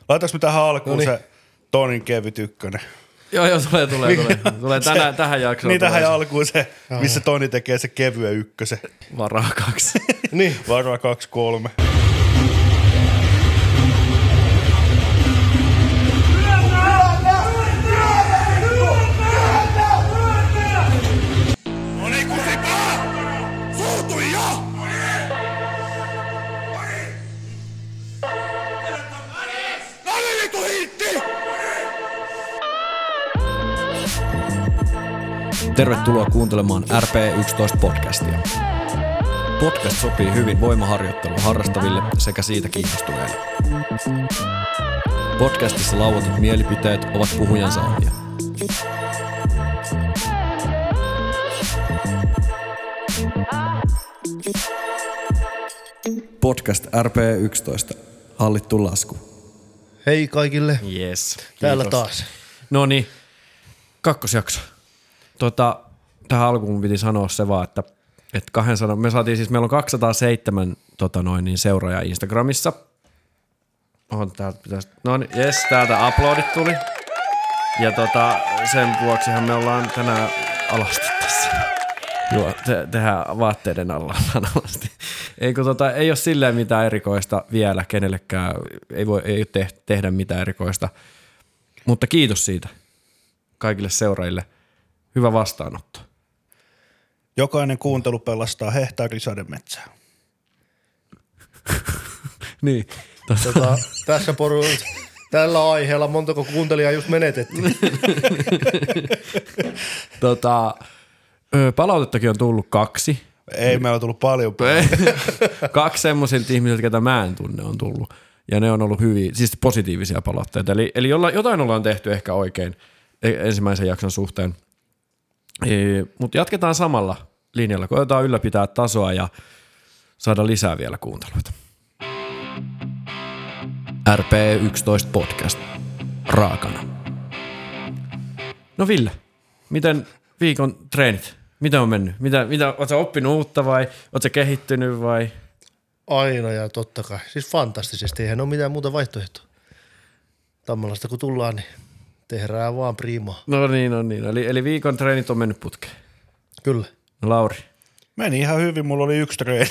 Laitaanko me tähän alkuun se Tonin kevyt ykkönen? Joo, tulee tähän jaksoon. Niin tähän alkuun se, missä Toni tekee se kevyen ykkösen. Varaa 2. Niin. Varaa 2-3. Tervetuloa kuuntelemaan RP11-podcastia. Podcast sopii hyvin voimaharjoittelua harrastaville sekä siitä kiinnostuneille. Podcastissa lauotut mielipiteet ovat puhujansa omia. Podcast RP11. Hallittu lasku. Hei kaikille. Yes. Täällä taas. No niin, kakkosjakso. Tähän alkuun piti sanoa se vaan, että 200, meillä on 207 seuraajaa Instagramissa. Täältä uploadit tuli. Ja sen vuoksihan me ollaan tänään alasti tässä. Joo, tehdään vaatteiden alla alasti. Ei ole silleen mitään erikoista vielä kenellekään, ei tehdä mitään erikoista. Mutta kiitos siitä kaikille seuraajille. Hyvä vastaanotto. Jokainen kuuntelu pelastaa hehtaari sademetsää. Niin. Tässä tällä aiheella montako kuuntelijaa just menetettiin. Palautettakin on tullut 2. Ei meillä on tullut paljon. 2 semmoisilta ihmisiltä, ketä mä en tunne, on tullut. Ja ne on ollut hyviä, siis positiivisia palautteita. Eli jotain ollaan tehty ehkä oikein ensimmäisen jakson suhteen. Mutta jatketaan samalla linjalla, koetaan ylläpitää tasoa ja saada lisää vielä kuunteluita. RP11 podcast. Raakana. No Ville, miten viikon treenit? Miten on mennyt? Ootko sä oppinut uutta vai ootko sä kehittynyt vai? Aina ja totta kai. Siis fantastisesti. Eihän ole mitään muuta vaihtoehtoa. Tammalasta kun tullaan, niin tehdään vaan priimaa. No niin. Eli viikon treenit on mennyt putkeen. Kyllä. No Lauri. Meni ihan hyvin, mulla oli 1 treeni.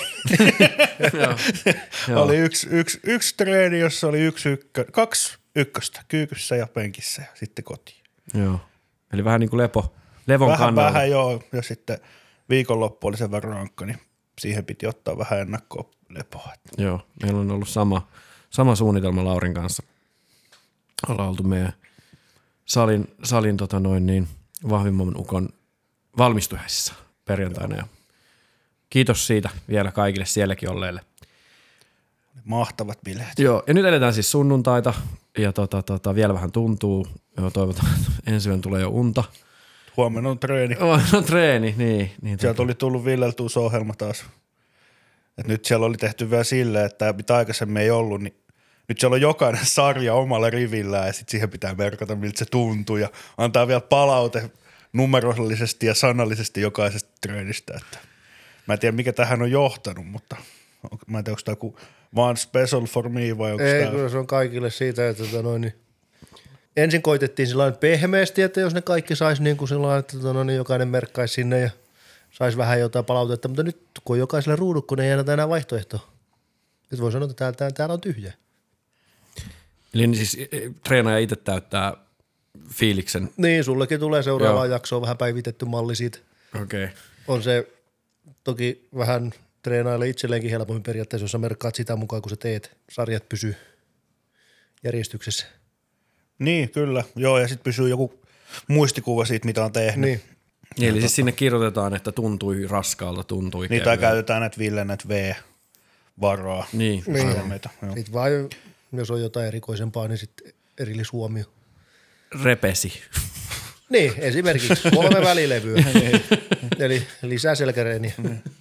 Oli yksi treeni, jossa oli 2 ykköstä, kyykyssä ja penkissä ja sitten kotiin. Joo, eli vähän niin kuin levon kannalla. Vähän joo, ja sitten viikonloppu oli sen verran rankka, niin siihen piti ottaa vähän ennakkoa lepoa. Joo, meillä on ollut sama suunnitelma Laurin kanssa. Ollaan oltu meidän salin vahvimman ukon valmistujaisissa perjantaina ja kiitos siitä vielä kaikille sielläkin olleille. Mahtavat bileet. Joo, ja nyt eletään siis sunnuntaita ja vielä vähän tuntuu. Joo, toivotaan, että ensi yön tulee jo unta. Huomenna on treeni. On treeni, niin. Sieltä oli tullut Villeltä uusi ohjelma taas. Et nyt siellä oli tehty vielä silleen, että mitä aikaisemmin ei ollut, niin nyt siellä on jokainen sarja omalla rivillään ja sitten siihen pitää merkata, miltä se tuntuu ja antaa vielä palaute numerollisesti ja sanallisesti jokaisesta treenistä. Että mä en tiedä, mikä tähän on johtanut, mutta mä en tiedä, onko tämä joku vaan special for me vai onko ei, tämä? kyllä se on kaikille siitä, että ensin koitettiin sellainen pehmeästi, että jos ne kaikki saisi niin kuin sellainen, että jokainen merkkaisi sinne ja saisi vähän jotain palautetta, mutta nyt kun on jokaiselle ruudukko, niin ei enää vaihtoehtoa. Nyt voi sanoa, että täällä on tyhjä. Eli siis treenaaja itse täyttää fiiliksen. Niin, sullekin tulee seuraavaan jaksoon vähän päivitetty malli siitä. Okei. Okay. On se toki vähän treenaille itselleenkin helpommin periaatteessa, jos sä merkkaat sitä mukaan, kun sä teet. Sarjat pysyy järjestyksessä. Niin, kyllä. Joo, ja sitten pysyy joku muistikuva siitä, mitä on tehnyt. Niin. Eli siis sinne kirjoitetaan, että tuntui raskaalta, tuntui niin, tai käytetään näitä Ville, näitä V-varaa. Niin. Sitten vaan, jos on jotain erikoisempaa, niin sitten erillishuomio. Repesi. Niin, esimerkiksi 3 välilevyä. Eli lisää selkäreeniä.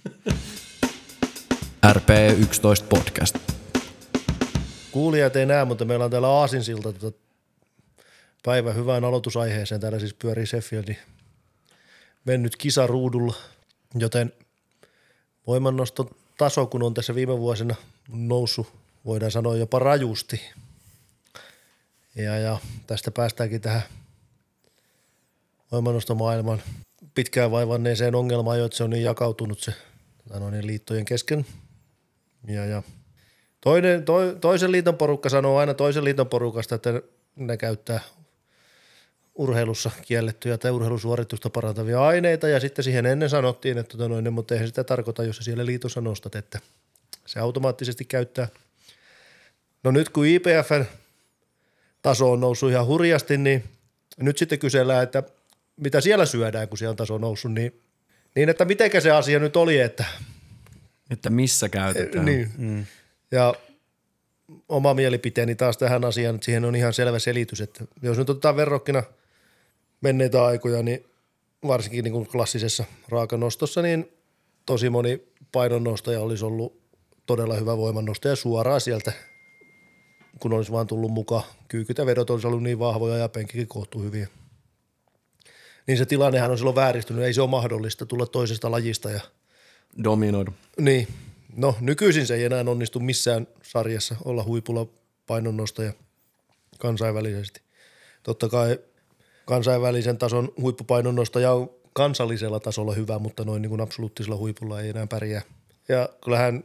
RP11 podcast. Kuulijat ei näe, mutta meillä on täällä aasinsilta päivän hyvään aloitusaiheeseen. Täällä siis pyörii Sheffieldin mennyt kisa ruudulla, joten voimannoston taso, kun on tässä viime vuosina noussut, voidaan sanoa jopa rajusti, Ja tästä päästäänkin tähän voimannostomaailman pitkään vaivanneeseen ongelmaan, että se on niin jakautunut se liittojen kesken. Ja toisen liiton porukka sanoo aina toisen liiton porukasta, että ne käyttää urheilussa kiellettyjä tai urheilusuoritusta parantavia aineita, ja sitten siihen ennen sanottiin, että mutta eihän sitä tarkoita, jos sä siellä liitossa nostat, että se automaattisesti käyttää. No nyt kun IPF:n taso on noussut ihan hurjasti, niin nyt sitten kysellään, että mitä siellä syödään, kun siellä on taso noussut, niin että mitenkä se asia nyt oli, että missä käytetään. Niin. Ja oma mielipiteeni taas tähän asiaan, että siihen on ihan selvä selitys, että jos nyt otetaan verrokkina menneitä aikoja, niin varsinkin niin kuin klassisessa raakanostossa, niin tosi moni painonnostaja olisi ollut todella hyvä voimannostaja suoraan sieltä, kun olisi vaan tullut mukaan. Kyykyt ja vedot olisi ollut niin vahvoja ja penkikin kohtuu hyviä. Niin se tilannehan on silloin vääristynyt, ei se ole mahdollista tulla toisesta lajista ja dominoida. Niin, no nykyisin se ei enää onnistu missään sarjassa olla huipulla painonnostaja kansainvälisesti. Totta kai kansainvälisen tason huippupainonnostaja on kansallisella tasolla hyvä, mutta noin niin kuin absoluuttisella huipulla ei enää pärjää. Ja kyllähän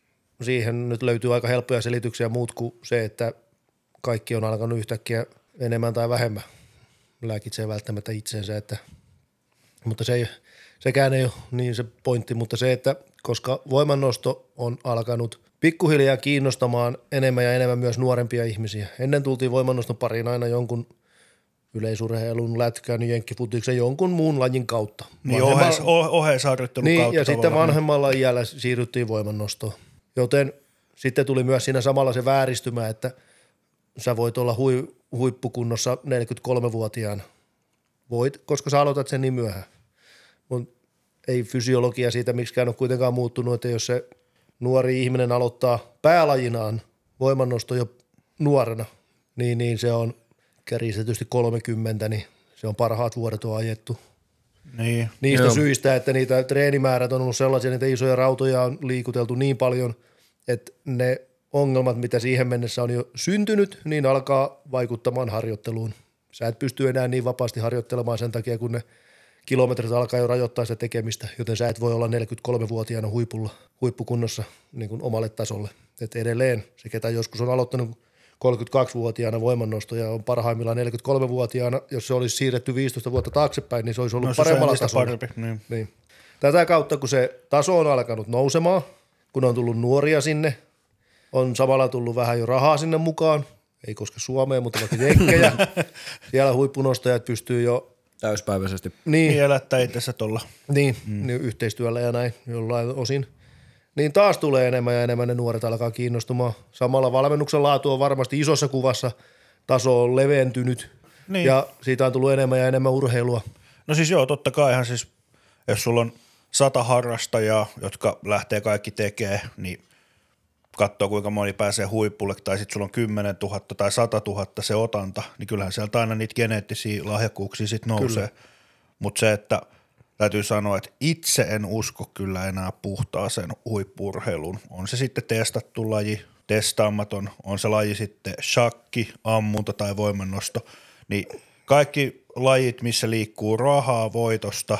siihen nyt löytyy aika helppoja selityksiä muut kuin se, että kaikki on alkanut yhtäkkiä enemmän tai vähemmän lääkitsee välttämättä itsensä, mutta sekään ei ole niin se pointti, mutta se, että koska voimannosto on alkanut pikkuhiljaa kiinnostamaan enemmän ja enemmän myös nuorempia ihmisiä. Ennen tultiin voimannoston pariin aina jonkun yleisurheilun, lätkän, jenkkifutiksen, jonkun muun lajin kautta. Niin oheisharjoittelun niin, kautta. Ja sitten vanhemmalla iällä siirryttiin voimannostoon. Joten sitten tuli myös siinä samalla se vääristymä, että sä voit olla huippukunnossa 43-vuotiaana. Voit, koska sä aloitat sen niin myöhään. Mutta ei fysiologia siitä miksikään ole kuitenkaan muuttunut, että jos se nuori ihminen aloittaa päälajinaan voimannosto jo nuorena, niin se on kärjistetysti 30, niin se on parhaat vuodet on ajettu. Niin. Niistä syistä, että niitä treenimäärät on ollut sellaisia, niitä isoja rautoja on liikuteltu niin paljon, että ne ongelmat, mitä siihen mennessä on jo syntynyt, niin alkaa vaikuttamaan harjoitteluun. Sä et pysty enää niin vapaasti harjoittelemaan sen takia, kun ne kilometrit alkaa jo rajoittaa sitä tekemistä, joten sä et voi olla 43-vuotiaana huippukunnossa niin kuin omalle tasolle. Et edelleen se, ketä joskus on aloittanut 32-vuotiaana voimannosto ja on parhaimmillaan 43-vuotiaana, jos se olisi siirretty 15 vuotta taaksepäin, niin se olisi ollut paremmalla tasolla. Niin. Tätä kautta, kun se taso on alkanut nousemaan, kun on tullut nuoria sinne, on samalla tullut vähän jo rahaa sinne mukaan, ei koske Suomeen, mutta vaikka jenkkejä. Siellä huippunostajat pystyy jo täyspäiväisesti. Niin elättää itsensä tuolla. Niin, yhteistyöllä ja näin jollain osin. Niin taas tulee enemmän ja enemmän ne nuoret alkaa kiinnostumaan. Samalla valmennuksen laatu on varmasti isossa kuvassa, taso on leventynyt ja siitä on tullut enemmän ja enemmän urheilua. No siis joo, totta kaihan siis, jos sulla on 100 harrastajaa, jotka lähtee kaikki tekemään, niin katsoo kuinka moni pääsee huipulle, tai sitten sulla on 10 000 tai 100 000 se otanta, niin kyllähän sieltä aina niitä geneettisiä lahjakkuuksia sitten nousee. Mutta se, että täytyy sanoa, että itse en usko kyllä enää puhtaaseen huippu-urheiluun. On se sitten testattu laji, testaamaton, on se laji sitten shakki, ammunta tai voimannosto, niin kaikki lajit, missä liikkuu rahaa voitosta,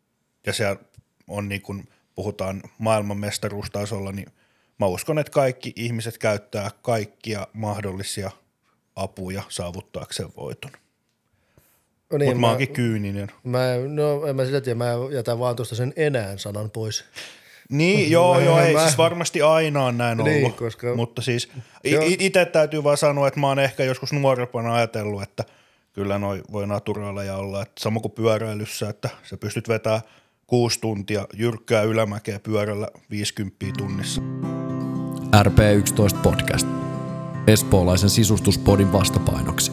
ja siellä on niin kuin puhutaan maailmanmestaruustasolla, niin mä uskon, että kaikki ihmiset käyttää kaikkia mahdollisia apuja saavuttaakseen voiton. No niin, mutta mä oonkin kyyninen. En mä sitä tiedä, mä jätän vaan tuosta sen enää-sanan pois. Niin, joo, ei siis varmasti aina on näin ollut, niin, koska mutta siis itse täytyy vaan sanoa, että mä oon ehkä joskus nuorempana ajatellut, että kyllä noi voi naturaaleja olla, että sama kuin pyöräilyssä, että sä pystyt vetämään 6 tuntia jyrkkää ylämäkeä pyörällä 50 tunnissa. RP11 podcast. Espoolaisen sisustuspodin vastapainoksi.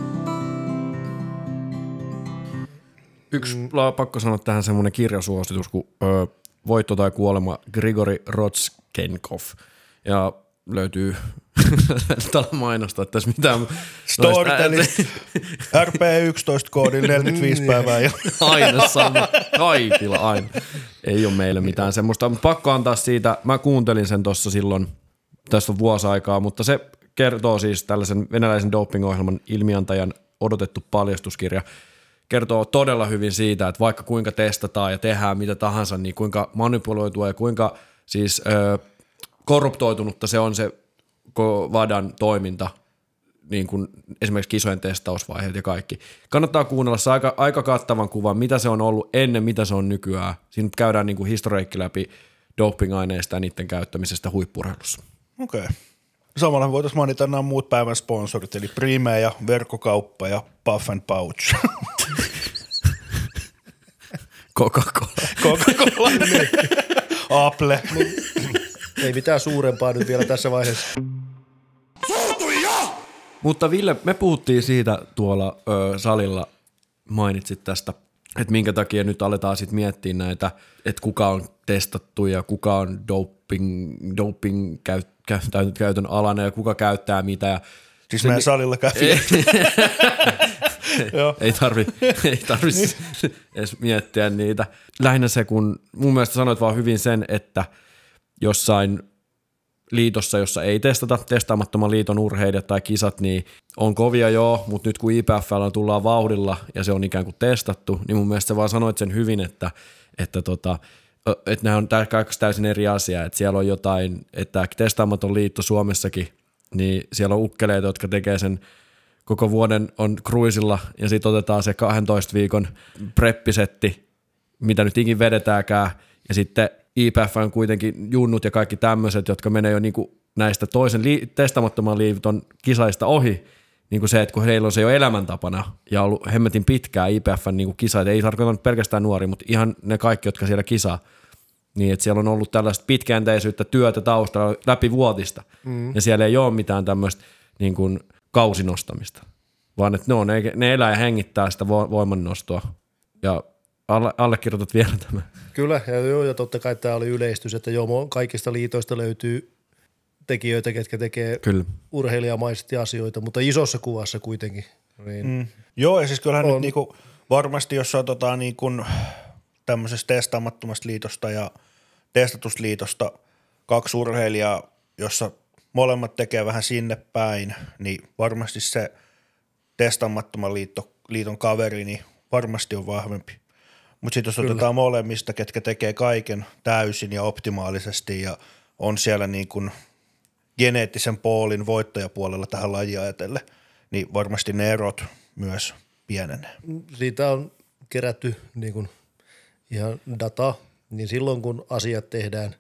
Yksi pakko sanoa tähän semmoinen kirjasuositus kuin Voitto tai kuolema Grigori Rodchenkov. Ja löytyy tällä mainostaa tässä mitään. Storytelling. RP11 koodilla 45 päivää. Ja. Aina sama. Kaikilla aina. Ei ole meillä mitään semmoista, mutta pakko antaa siitä. Mä kuuntelin sen tuossa silloin, tästä on vuosi aikaa, mutta se kertoo siis tällaisen venäläisen doping-ohjelman ilmiantajan odotettu paljastuskirja. Kertoo todella hyvin siitä, että vaikka kuinka testataan ja tehdään mitä tahansa, niin kuinka manipuloitua ja kuinka siis korruptoitunutta se on se VADAn toiminta, niin kuin esimerkiksi kisojen testausvaiheet ja kaikki. Kannattaa kuunnella se aika kattavan kuvan, mitä se on ollut ennen, mitä se on nykyään. Siinä käydään niin kuin historiikki läpi doping-aineista ja niiden käyttämisestä huippu-urheilussa. Okei. Samalla voitaisiin mainita nämä muut päivän sponsorit, eli Prime ja Verkkokauppa ja Puff and Pouch. Coca-Cola. Coca-Cola. Apple. Ei mitään suurempaa nyt vielä tässä vaiheessa. Mutta Ville, me puhuttiin siitä tuolla salilla, mainitsit tästä, että minkä takia nyt aletaan sitten miettiä näitä, että kuka on testattu ja kuka on doping käytön alana ja kuka käyttää mitä. Ja siis meidän salilla kävi. Ei tarvi edes miettiä niitä. Lähinnä se, kun mun mielestä sanoit vaan hyvin sen, että jossain liitossa, jossa ei testata, testaamattoman liiton urheilijat tai kisat, niin on kovia joo, mutta nyt kun IPF:llä tullaan vauhdilla ja se on ikään kuin testattu, niin mun mielestä sä vaan sanoit sen hyvin, että nämä on kaikki täysin eri asia, että siellä on jotain, että testaamaton liitto Suomessakin, niin siellä on ukkeleita, jotka tekee sen koko vuoden on cruisilla ja sitten otetaan se 12 viikon preppisetti, mitä nyt ikin vedetäänkään, ja sitten IPF on kuitenkin junnut ja kaikki tämmöiset, jotka menee jo niinku näistä toisen testaamattoman liiton kisaista ohi, niin kuin se, että kun heillä on se jo elämäntapana ja ollut hemmetin pitkään IPFn niinku kisat, ei tarkoita pelkästään nuori, mutta ihan ne kaikki, jotka siellä kisaa, niin että siellä on ollut tällaista pitkäjänteisyyttä, työtä taustalla läpivuotista, ja siellä ei ole mitään tämmöistä niin kuin kausinostamista, vaan että ne elää ja hengittää sitä voimannostoa, ja allekirjoitat vielä tämän. Kyllä, ja totta kai tämä oli yleistys, että joo, kaikista liitoista löytyy tekijöitä, ketkä tekee urheilijamaisesti asioita, mutta isossa kuvassa kuitenkin. Niin Joo, ja siis kyllähän nyt niinku, varmasti jos otetaan niinku tämmöisestä testaamattomasta liitosta ja testatusliitosta 2 urheilijaa, jossa molemmat tekee vähän sinne päin, niin varmasti se testaamattoman liiton kaveri, niin varmasti on vahvempi. Mutta sitten jos otetaan molemmista, ketkä tekee kaiken täysin ja optimaalisesti ja on siellä niin kuin geneettisen poolin voittajapuolella tähän lajia ajatellen, niin varmasti ne erot myös pienenee. Siitä on kerätty niin kuin ihan data, niin silloin kun asiat tehdään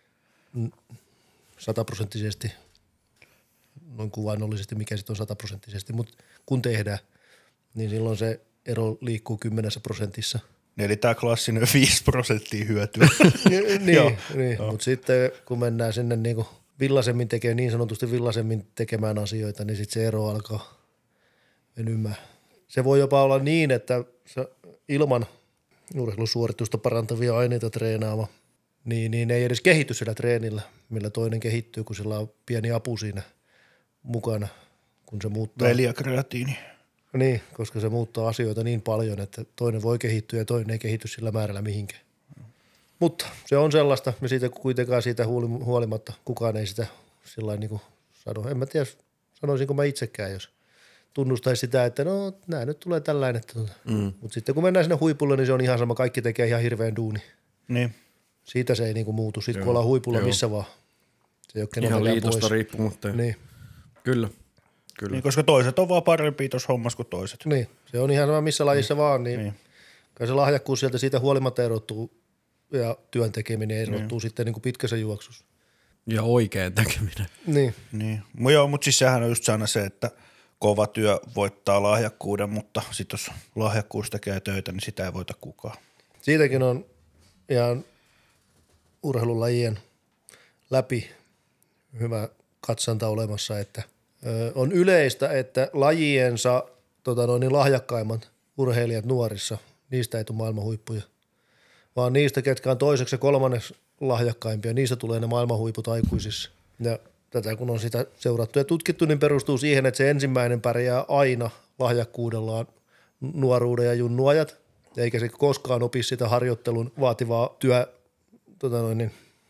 100%, noin kuvainnollisesti, mikä sitten on 100%, mutta kun tehdään, niin silloin se ero liikkuu 10%. Eli tämä klassinen 5% hyötyä. niin. Mutta sitten kun mennään sinne niinku niin sanotusti villasemmin tekemään asioita, niin sitten se ero alkaa venymään. Se voi jopa olla niin, että ilman urheilusuoritusta parantavia aineita treenaava, niin ei edes kehity sillä treenillä, millä toinen kehittyy, kun sillä on pieni apu siinä mukana, kun se muuttaa. Veli ja kreatiini. Niin, koska se muuttaa asioita niin paljon, että toinen voi kehittyä ja toinen ei kehity sillä määrällä mihinkään. Mutta se on sellaista, ja siitä kuitenkaan siitä huolimatta kukaan ei sitä sillain niin kuin sano. En mä tiedä, sanoisinko mä itsekään, jos tunnustaisi sitä, että no nää nyt tulee tällainen. Mutta sitten kun mennään sinne huipulle, niin se on ihan sama, kaikki tekee ihan hirveän duuni. Niin. Siitä se ei niin kuin muutu, sitten kun ollaan huipulla missä vaan. Se ei ole ihan liitosta riippumatta. Niin. Kyllä. Niin, koska toiset on vaan parempia tuossa hommassa kuin toiset. Niin, se on ihan sama missä lajissa vaan, niin kai se lahjakkuus sieltä siitä huolimatta erottuu ja työn tekeminen erottuu sitten niin kuin pitkässä juoksussa. Ja oikein tekeminen. Niin. Joo, mutta siis sehän on just aina se, että kova työ voittaa lahjakkuuden, mutta sitten jos lahjakkuus tekee töitä, niin sitä ei voita kukaan. Siitäkin on ihan urheilulajien läpi hyvä katsanta olemassa, että on yleistä, että lajiensa lahjakkaimmat urheilijat nuorissa, niistä ei tule maailman huippuja, vaan niistä, ketkä on toiseksi ja kolmanneksi lahjakkaimpia, niistä tulee ne maailman huiput aikuisissa. Ja tätä kun on sitä seurattu ja tutkittu, niin perustuu siihen, että se ensimmäinen pärjää aina lahjakkuudellaan nuoruuden ja junnuajat, eikä se koskaan opi sitä harjoittelun vaativaa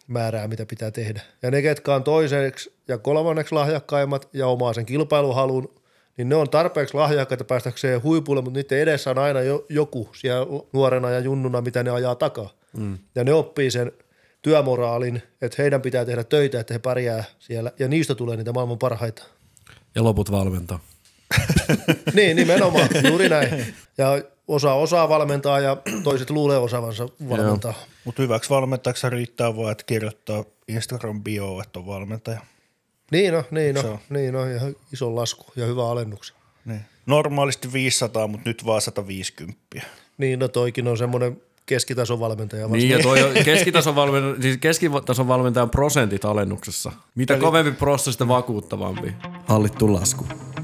määrää, mitä pitää tehdä. Ja ne, ketkä on toiseksi ja kolmanneksi lahjakkaimmat ja omaa sen kilpailuhalun, niin ne on tarpeeksi lahjakkaita päästäkseen huipulle, mutta niiden edessä on aina joku siellä nuorena ja junnuna, mitä ne ajaa takaa. Ja ne oppii sen työmoraalin, että heidän pitää tehdä töitä, että he pärjää siellä, ja niistä tulee niitä maailman parhaita. Ja loput valmentaa. Niin, nimenomaan, juuri näin. Ja osaa valmentaa ja toiset luulee osaavansa valmentaa. Mutta hyväksi valmentajaksi riittää vaan, että kirjoittaa Instagram-bioon, että on valmentaja. Niin on, ja iso lasku ja hyvä alennuksen. Niin. Normaalisti 500, mutta nyt vaan 150. Niin, no toikin on semmoinen keskitason valmentaja vasta. Niin, ja toi keskitason valmentajan prosentit alennuksessa. Mitä kovempi prossa, sitä vakuuttavampi. Hallittu lasku.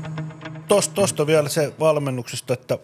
Tuosta vielä se valmennuksesta, että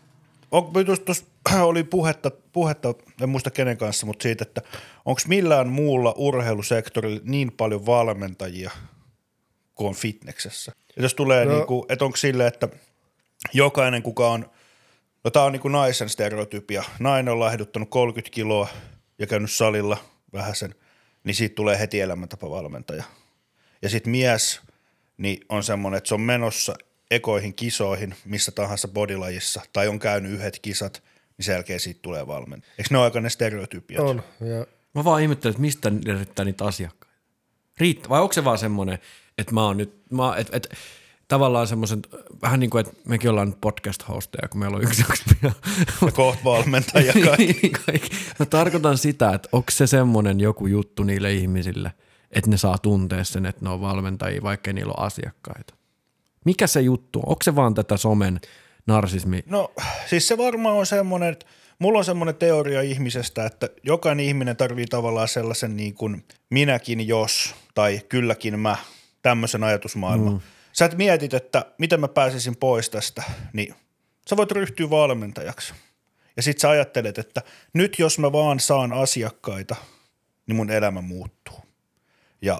tuossa oli puhetta, en muista kenen kanssa, mutta siitä, että onko millään muulla urheilusektorilla niin paljon valmentajia kuin on fitneksessä. Ja jos tulee, että onko silleen, että jokainen kuka on, no tää on niin kuin naisen stereotypia, nainen on laihduttanut 30 kiloa ja käynyt salilla vähäsen, niin siitä tulee heti elämäntapavalmentaja. Ja sitten mies niin on semmoinen, että se on menossa ekoihin kisoihin, missä tahansa bodylajissa, tai on käynyt yhdet kisat, niin sen jälkeen siitä tulee valmentaja. Eikö ne ole aika ne stereotypiat? On. Ja Mä vaan ihmettelen, että mistä ne riittää niitä asiakkaita. Vai onko se vaan semmoinen, että mä oon nyt, tavallaan semmoisen, vähän niin kuin, että mekin ollaan nyt podcast-hosteja, kun meillä on yksi pian. Ja kohta valmentaja kaikki. Mä tarkoitan sitä, että onko se semmoinen joku juttu niille ihmisille, että ne saa tuntea sen, että ne on valmentajia, vaikka niillä on asiakkaita. Mikä se juttu on? Onko se vaan tätä somen narsismi? No siis se varmaan on semmoinen, että mulla on semmoinen teoria ihmisestä, että jokainen ihminen tarvii tavallaan sellaisen niin kuin minäkin jos tai kylläkin mä, tämmöisen ajatusmaailman. Sä et mietit, että miten mä pääsisin pois tästä, niin sä voit ryhtyä valmentajaksi. Ja sit sä ajattelet, että nyt jos mä vaan saan asiakkaita, niin mun elämä muuttuu. Ja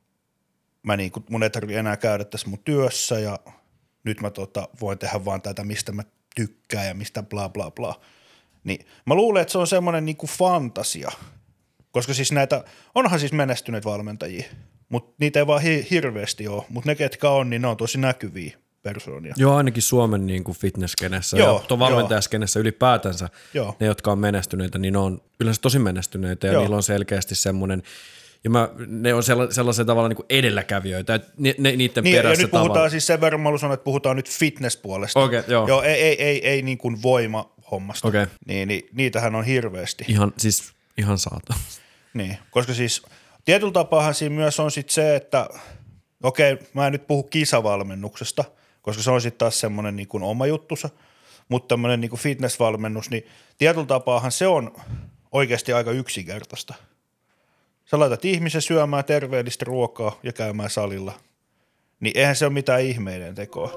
mun ei tarvitse enää käydä tässä mun työssä ja nyt mä voin tehdä vaan tätä, mistä mä tykkään ja mistä bla bla bla. Niin mä luulen, että se on semmoinen niinku fantasia, koska siis onhan siis menestyneet valmentajia, mutta niitä ei vaan hirveästi ole, mutta ne ketkä on, niin ne on tosi näkyviä persoonia. Joo, ainakin Suomen niin kuin fitness-skenessä ja tuon valmentajaskenessä ylipäätänsä ne, jotka on menestyneitä, niin ne on yleensä tosi menestyneitä ja niillä on selkeästi semmoinen. Ja ne on sellaisia tavalla niin kuin edelläkävijöitä, että niiden niin, perässä ja nyt puhutaan siis sen verran, mä haluan sanoa, että puhutaan nyt fitness-puolesta. Okei, joo. Joo, ei niin kuin voimahommasta. Okei. Niin, niitähän on hirveästi. Ihan saata. Niin, koska siis tietyllä tapaahan siinä myös on sitten se, että mä en nyt puhu kisavalmennuksesta, koska se on sitten taas semmoinen niin kuin oma juttusa, mutta tämmöinen niin kuin fitness-valmennus, niin tietyllä tapaahan se on oikeasti aika yksinkertaista. Sä laitat ihmisen syömään terveellistä ruokaa ja käymään salilla, niin eihän se ole mitään ihmeiden tekoa.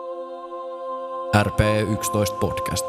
RP11 podcast.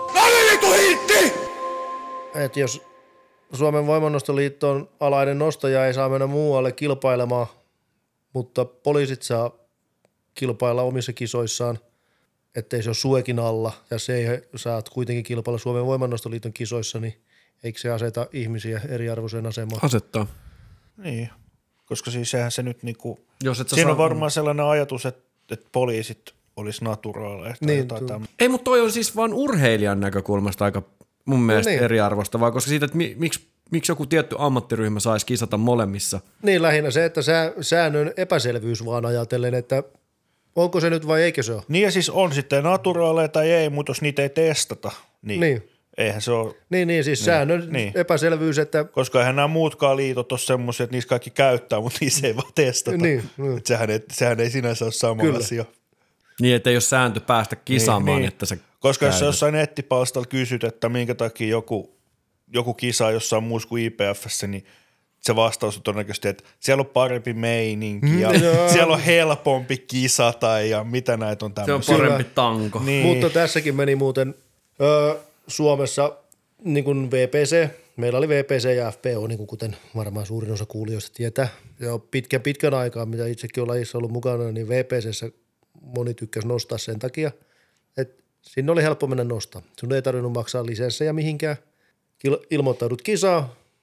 että jos Suomen voimannostoliiton alainen nostaja ei saa mennä muualle kilpailemaan, mutta poliisit saa kilpailla omissa kisoissaan, ettei se ole suekin alla ja se ei saat kuitenkin kilpailla Suomen voimannostoliiton kisoissa, niin eikö se aseta ihmisiä eriarvoiseen asemaan? Asettaa. Niin, koska siis sehän se nyt niinku, siinä on varmaan sellainen ajatus, että poliisit olisi naturaaleja tai niin, jotain tämmöistä. Ei, mutta toi on siis vaan urheilijan näkökulmasta aika mun mielestä eriarvoistavaa, koska siitä, että miksi joku tietty ammattiryhmä saisi kisata molemmissa. Niin, lähinnä se, että säännön epäselvyys vaan ajatellen, että onko se nyt vai eikö se ole. Niin ja siis on sitten naturaaleja tai ei, mutta jos niitä ei testata, niin. Eihän se ole. Niin, siis säännön epäselvyys, että. Koska eihän nämä muutkaan liitot ole semmoisia, että niissä kaikki käyttää, mutta niissä ei vaan testata. Sehän ei sinänsä ole sama asia. Niin, että jos sääntö päästä kisaamaan, niin. Että se koska jos jossain nettipalstalla kysyt, että minkä takia joku kisa jossain muussa kuin IPF:ssä, niin se vastaus on todennäköisesti, että siellä on parempi meininki ja siellä on helpompi kisata ja mitä näitä on tämmöisiä. Se on parempi tanko. Niin. Mutta tässäkin meni muuten Suomessa niin kuin VPC, meillä oli VPC ja FPO, niin kuin kuten varmaan suurin osa kuulijoista tietää. Ja pitkän aikaa, mitä itsekin olen lajissa ollut mukana, niin VPCssä moni tykkäsi nostaa sen takia, että sinne oli helppo mennä nostaa. Sun ei tarvinnut maksaa lisenssejä mihinkään. Ilmoittaudut kisaa,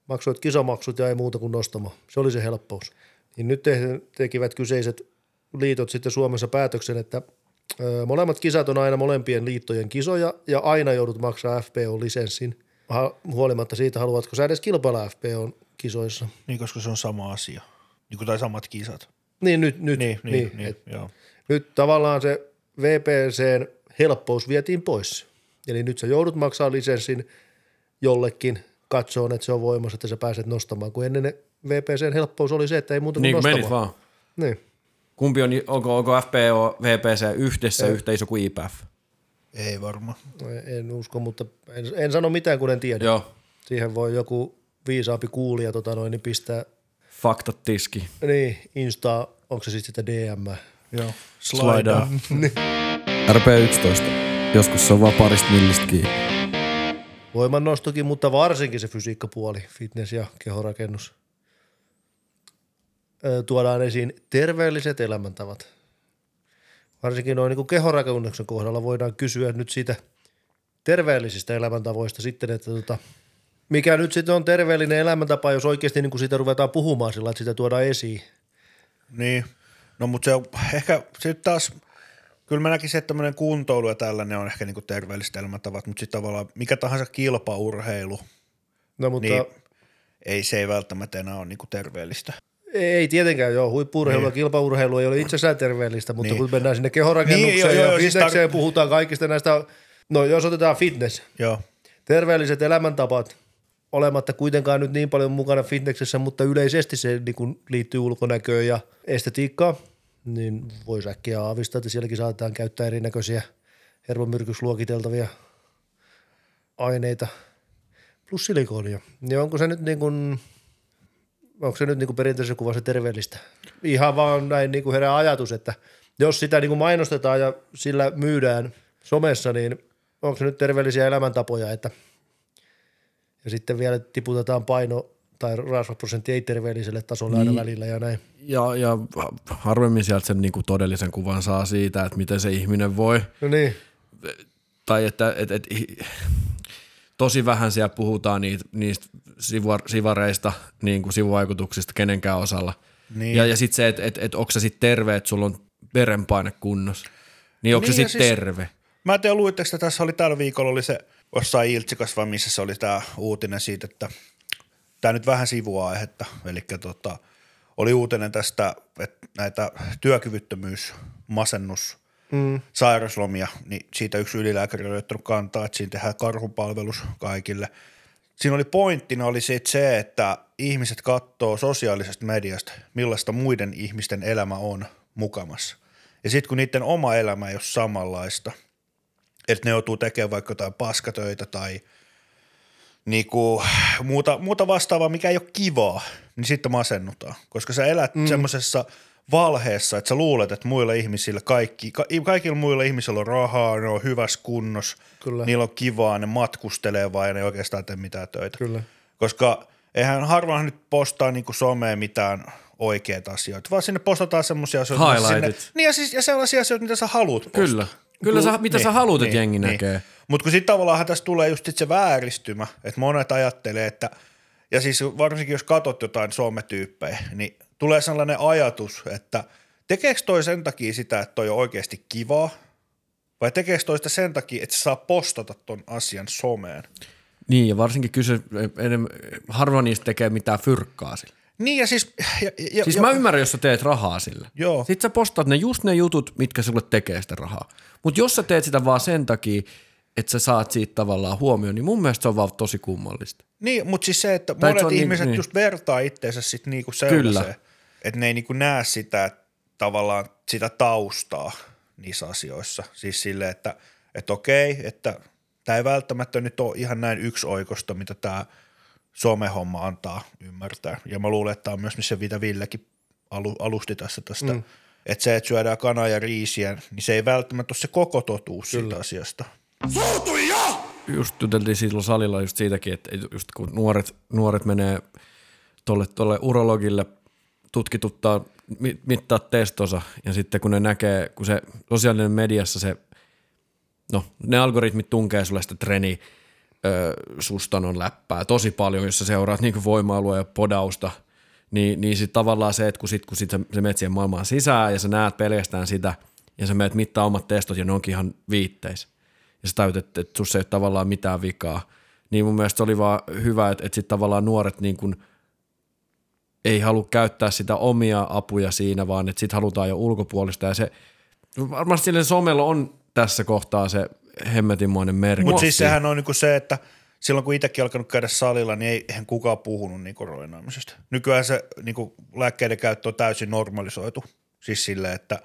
maksoit kisamaksut ja ei muuta kuin nostamaan. Se oli se helppous. Niin nyt tekivät kyseiset liitot sitten Suomessa päätöksen, että molemmat kisat on aina molempien liittojen kisoja ja aina joudut maksaa FPO-lisenssin. Huolimatta siitä, haluatko sä edes kilpailla FPO-kisoissa. Niin, koska se on sama asia. Niin kuin tai samat kisat. Niin, nyt. Joo. Nyt tavallaan se VPCn helppous vietiin pois. Eli nyt sä joudut maksaa lisenssin jollekin katsoon, että se on voimassa, että sä pääset nostamaan. Kun ennen VPCn helppous oli se, että ei muuta kuin nostamaan. Niin menit vaan. Niin. Kumpi on, onko FPO, VPC yhdessä yhtä iso kuin IPF? Ei varmaan. En usko, mutta en sano mitään, kun en tiedä. Joo. Siihen voi joku viisaampi kuulija niin pistää Faktat tiski. niin Insta, onko se sitten sitä DM? Joo. Slidea. RP11. Joskus se on vaan parista millistä kiinni. Voimannostokin, mutta varsinkin se fysiikkapuoli, fitness ja kehorakennus. Tuodaan esiin terveelliset elämäntavat. Varsinkin noin niin kehorakennuksen kohdalla voidaan kysyä nyt siitä terveellisistä elämäntavoista sitten, että mikä nyt sitten on terveellinen elämäntapa, jos oikeasti niin kuin siitä ruvetaan puhumaan sillä, että sitä tuodaan esiin. Niin, no mutta se on ehkä sitten taas, kyllä mä näkisin, että tämmöinen kuntoilu ja tällainen on ehkä niinku terveelliset elämäntavat, mutta sitten tavallaan mikä tahansa kilpaurheilu, No, mutta niin se ei välttämättä enää ole niinku terveellistä. ei tietenkään, joo, huippu-urheilu ja kilpaurheilu ei ole itsessään terveellistä, mutta Niin. kun mennään sinne kehorakennukseen Niin, ja joo, siis fitnekseen, puhutaan kaikista näistä, no jos otetaan fitness, Joo, terveelliset elämäntapat, olematta kuitenkaan nyt niin paljon mukana fitneksessä, mutta yleisesti se niin kuin liittyy ulkonäköön ja estetiikkaan, niin voisi äkkiä aavistaa, että sielläkin saatetaan käyttää erinäköisiä hermomyrkyksluokiteltavia aineita plus silikonia. Niin onko se nyt niin kuin, perinteisessä kuvassa terveellistä? Ihan vaan näin niin kuin herää ajatus, että jos sitä niin kuin mainostetaan ja sillä myydään somessa, niin onko se nyt terveellisiä elämäntapoja, että ja sitten vielä tiputetaan paino tai rasvaprosentti ei-terveelliselle tasolle aina välillä ja näin. Ja harvemmin sieltä sen niinku todellisen kuvan saa siitä, että miten se ihminen voi. No niin. Tai että tosi vähän siellä puhutaan niistä sivareista, niin kuin sivuvaikutuksista kenenkään osalla. Niin. Ja sitten se, että onko se sitten terve, että sulla on verenpaine kunnossa. Niin onko Niin, se ja sitten siis terve? mä en tiedä, luitteko, että tässä oli tällä viikolla oli se jossain Iltsikas, vai missä se oli tämä uutinen siitä, että tämä nyt vähän sivuaihetta, eli oli uutinen tästä, että näitä työkyvyttömyys, masennus, sairaslomia, niin siitä yksi ylilääkäri oli ottanut kantaa, että siinä tehdään karhunpalvelus kaikille. Siinä oli pointtina oli se, että ihmiset katsoo sosiaalisesta mediasta, millaista muiden ihmisten elämä on mukamassa. Ja sitten kun niiden oma elämä ei ole samanlaista, että ne joutuu tekemään vaikka jotain paskatöitä tai niinku muuta vastaavaa, mikä ei ole kivaa, niin sitten masennutaan. Koska sä elät semmoisessa valheessa, että sä luulet, että muilla ihmisillä kaikilla muilla ihmisillä on rahaa, ne on hyvässä kunnossa, Kyllä. niillä on kivaa, ne matkustelee vaan ja ne ei oikeastaan tee mitään töitä. Kyllä. Koska harvoin nyt postaa niinku someen mitään oikeita asioita, vaan sinne postataan semmoisia asioita. Highlightit. Niin ja sellaisia asioita, mitä sä haluat postaa. Kyllä mitä sä haluat, että jengi näkee. Mutta kun sitten tavallaan tässä tulee just se vääristymä, että monet ajattelee, että ja siis varsinkin jos katsot jotain sometyyppejä, niin tulee sellainen ajatus, että tekeekö toi sen takia sitä, että toi on oikeasti kivaa vai tekeekö toi sitä sen takia, että se saa postata ton asian someen? Niin ja varsinkin harva niistä tekee mitään fyrkkaa sillä. Niin ja siis... Mä ymmärrän, jos sä teet rahaa sillä. Joo. Sitten sä postaat just ne jutut, mitkä sulle tekee sitä rahaa. Mutta jos sä teet sitä vaan sen takia, että sä saat siitä tavallaan huomioon, niin mun mielestä se on vaan tosi kummallista. Niin, mutta siis se, että Tai monet se ihmiset niin. just vertaa itseensä sitten niinku sellaiseen, että ne ei niinku näe sitä tavallaan sitä taustaa niissä asioissa. Siis silleen, että okei, että tämä ei välttämättä nyt ole ihan näin yksioikosta, mitä tämä somehomma antaa ymmärtää. Ja mä luulen, että tämä on myös, missä Villekin alusti tästä. Että se, että syödään kanaa ja riisiä, niin se ei välttämättä ole se koko totuus siitä asiasta. Just juteltiin silloin salilla just siitäkin, että just kun nuoret menee tolle urologille tutkituttaa, mittaa testonsa ja sitten kun ne näkee, kun se sosiaalinen mediassa se, no ne algoritmit tunkee sulle sitä treeniä, sustanon läppää tosi paljon, jos sä seuraat niin voimailua ja podausta, niin sitten tavallaan se, että kun sä menet siihen maailmaan sisään ja sä näet pelkästään sitä ja sä menet mittaa omat testot ja ne onkin ihan viitteis ja sä tajut, että sussa ei ole tavallaan mitään vikaa, niin mun mielestä se oli vaan hyvä, että sitten tavallaan nuoret niin kuin ei halua käyttää sitä omia apuja siinä, vaan että sitten halutaan jo ulkopuolista ja se varmasti sille somella on tässä kohtaa se hemmetinmoinen merkitys. Mutta siis sehän on niinku se, että silloin kun itsekin alkanut käydä salilla, niin eihän kukaan puhunut niinku roinaamisesta. Nykyään se niinku lääkkeiden käyttö on täysin normalisoitu. Siis silleen, että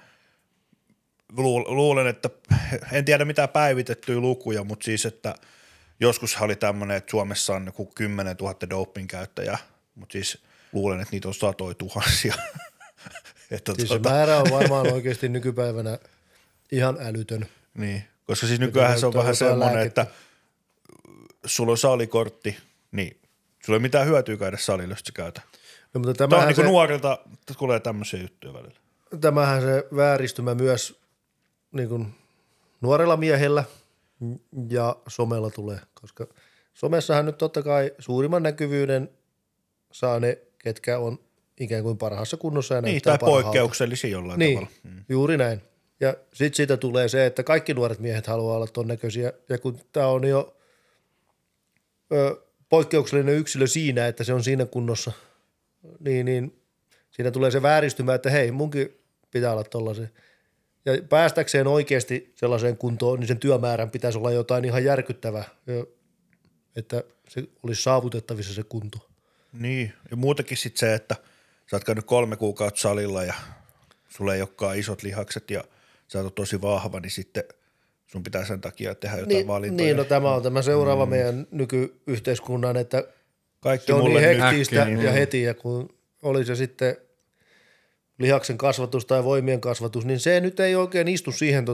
luulen, että en tiedä mitään päivitettyjä lukuja, mutta siis, että joskus oli tämmöinen, että Suomessa on 10 000 doping käyttäjää, mutta siis luulen, että niitä on satoja tuhansia. Siis se määrä on varmaan oikeasti nykypäivänä ihan älytön. Niin, koska siis nykyään se on vähän semmoinen, että sulla on salikortti, niin sulla ei mitään hyötyä käydä salille, jos sä käytä. No, mutta tämä on niin kuin nuorilta tulee tämmöisiä juttuja välillä. Tämähän se vääristymä myös niin kuin nuorella miehellä ja somella tulee, koska somessahan nyt totta kai suurimman näkyvyyden saa ne, ketkä on ikään kuin parhaassa kunnossa ja niin, näyttää tai poikkeuksellisia jollain tavalla. Juuri näin. Ja sitten siitä tulee se, että kaikki nuoret miehet haluaa olla ton näköisiä, ja kun tämä on jo poikkeuksellinen yksilö siinä, että se on siinä kunnossa, niin siinä tulee se vääristymä, että hei, munkin pitää olla tollaisen. Ja päästäkseen oikeasti sellaiseen kuntoon, niin sen työmäärän pitäisi olla jotain ihan järkyttävää, että se olisi saavutettavissa se kunto. Niin, ja muutenkin sitten se, että sä oot käynyt 3 kuukautta salilla ja sulla ei olekaan isot lihakset ja sä oot tosi vahva, niin sitten sun pitää sen takia tehdä jotain valintoja. Niin, no tämä on tämä seuraava meidän nykyyhteiskunnan, että kaikki se on mulle niin hektistä ja heti, ja kun oli se sitten lihaksen kasvatus tai voimien kasvatus, niin se nyt ei oikein istu siihen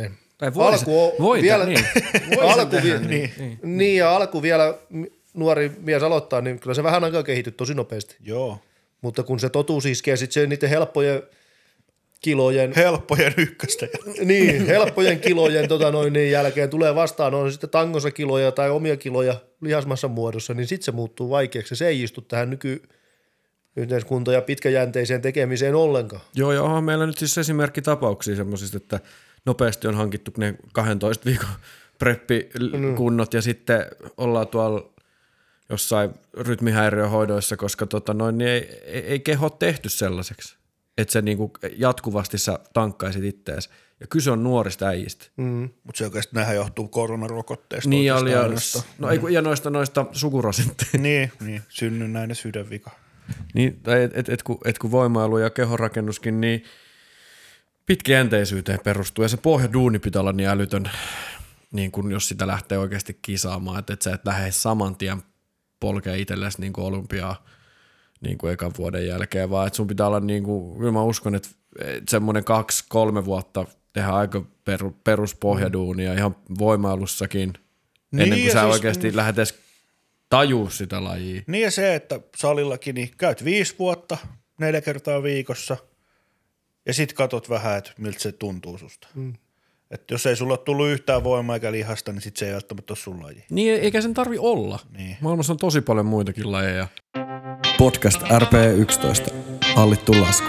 alku vielä nuori mies aloittaa, niin kyllä se vähän aikaa kehityy tosi nopeasti. Joo. Mutta kun se totuus iskee sitten niiden helppojen kilojen. Helppojen ykköstä. Niin, helppojen kilojen niin jälkeen tulee vastaan, on sitten tangossa kiloja tai omia kiloja lihasmassan muodossa, niin sitten se muuttuu vaikeaksi. Se ei istu tähän nykyyhteiskuntaan ja pitkäjänteiseen tekemiseen ollenkaan. Joo, onhan meillä nyt siis esimerkkitapauksia semmoisista, että nopeasti on hankittu ne 12 viikon preppikunnot ja sitten ollaan tuolla jossain rytmihäiriöhoidoissa, koska niin ei keho tehty sellaiseksi, että se niinku jatkuvasti sä tankkaisit ittees. Ja kyse on nuorista äijistä. Mutta se oikeasti nähdään johtuu koronarokotteesta. Niin, ja noista sukurasitteista. niin, synnynnäinen sydänvika. Niin, et kun voimailu ja kehonrakennuskin, niin pitkäjänteisyyteen perustuu. Ja se pohjaduuni pitää olla niin älytön, niin kun jos sitä lähtee oikeasti kisaamaan, että sä et lähde saman tien polkea itsellesi niin kuin olympiaa niin kuin ekan vuoden jälkeen, vaan että sun pitää olla, niin kuin, kyllä mä uskon, että semmoinen 2-3 vuotta tehdään aika peruspohjaduunia ihan voimailussakin, ennen kuin sä siis oikeasti lähdet edes tajuu sitä lajia. Niin ja se, että salillakin niin käyt 5 vuotta, 4 kertaa viikossa ja sit katot vähän, että miltä se tuntuu susta. Että jos ei sulla ole tullut yhtään voimaa eikä lihasta, niin sit se ei välttämättä ole sun laji. Niin, eikä sen tarvi olla. Niin. Maailmassa on tosi paljon muitakin lajeja. Podcast RP11. Hallittu lasku.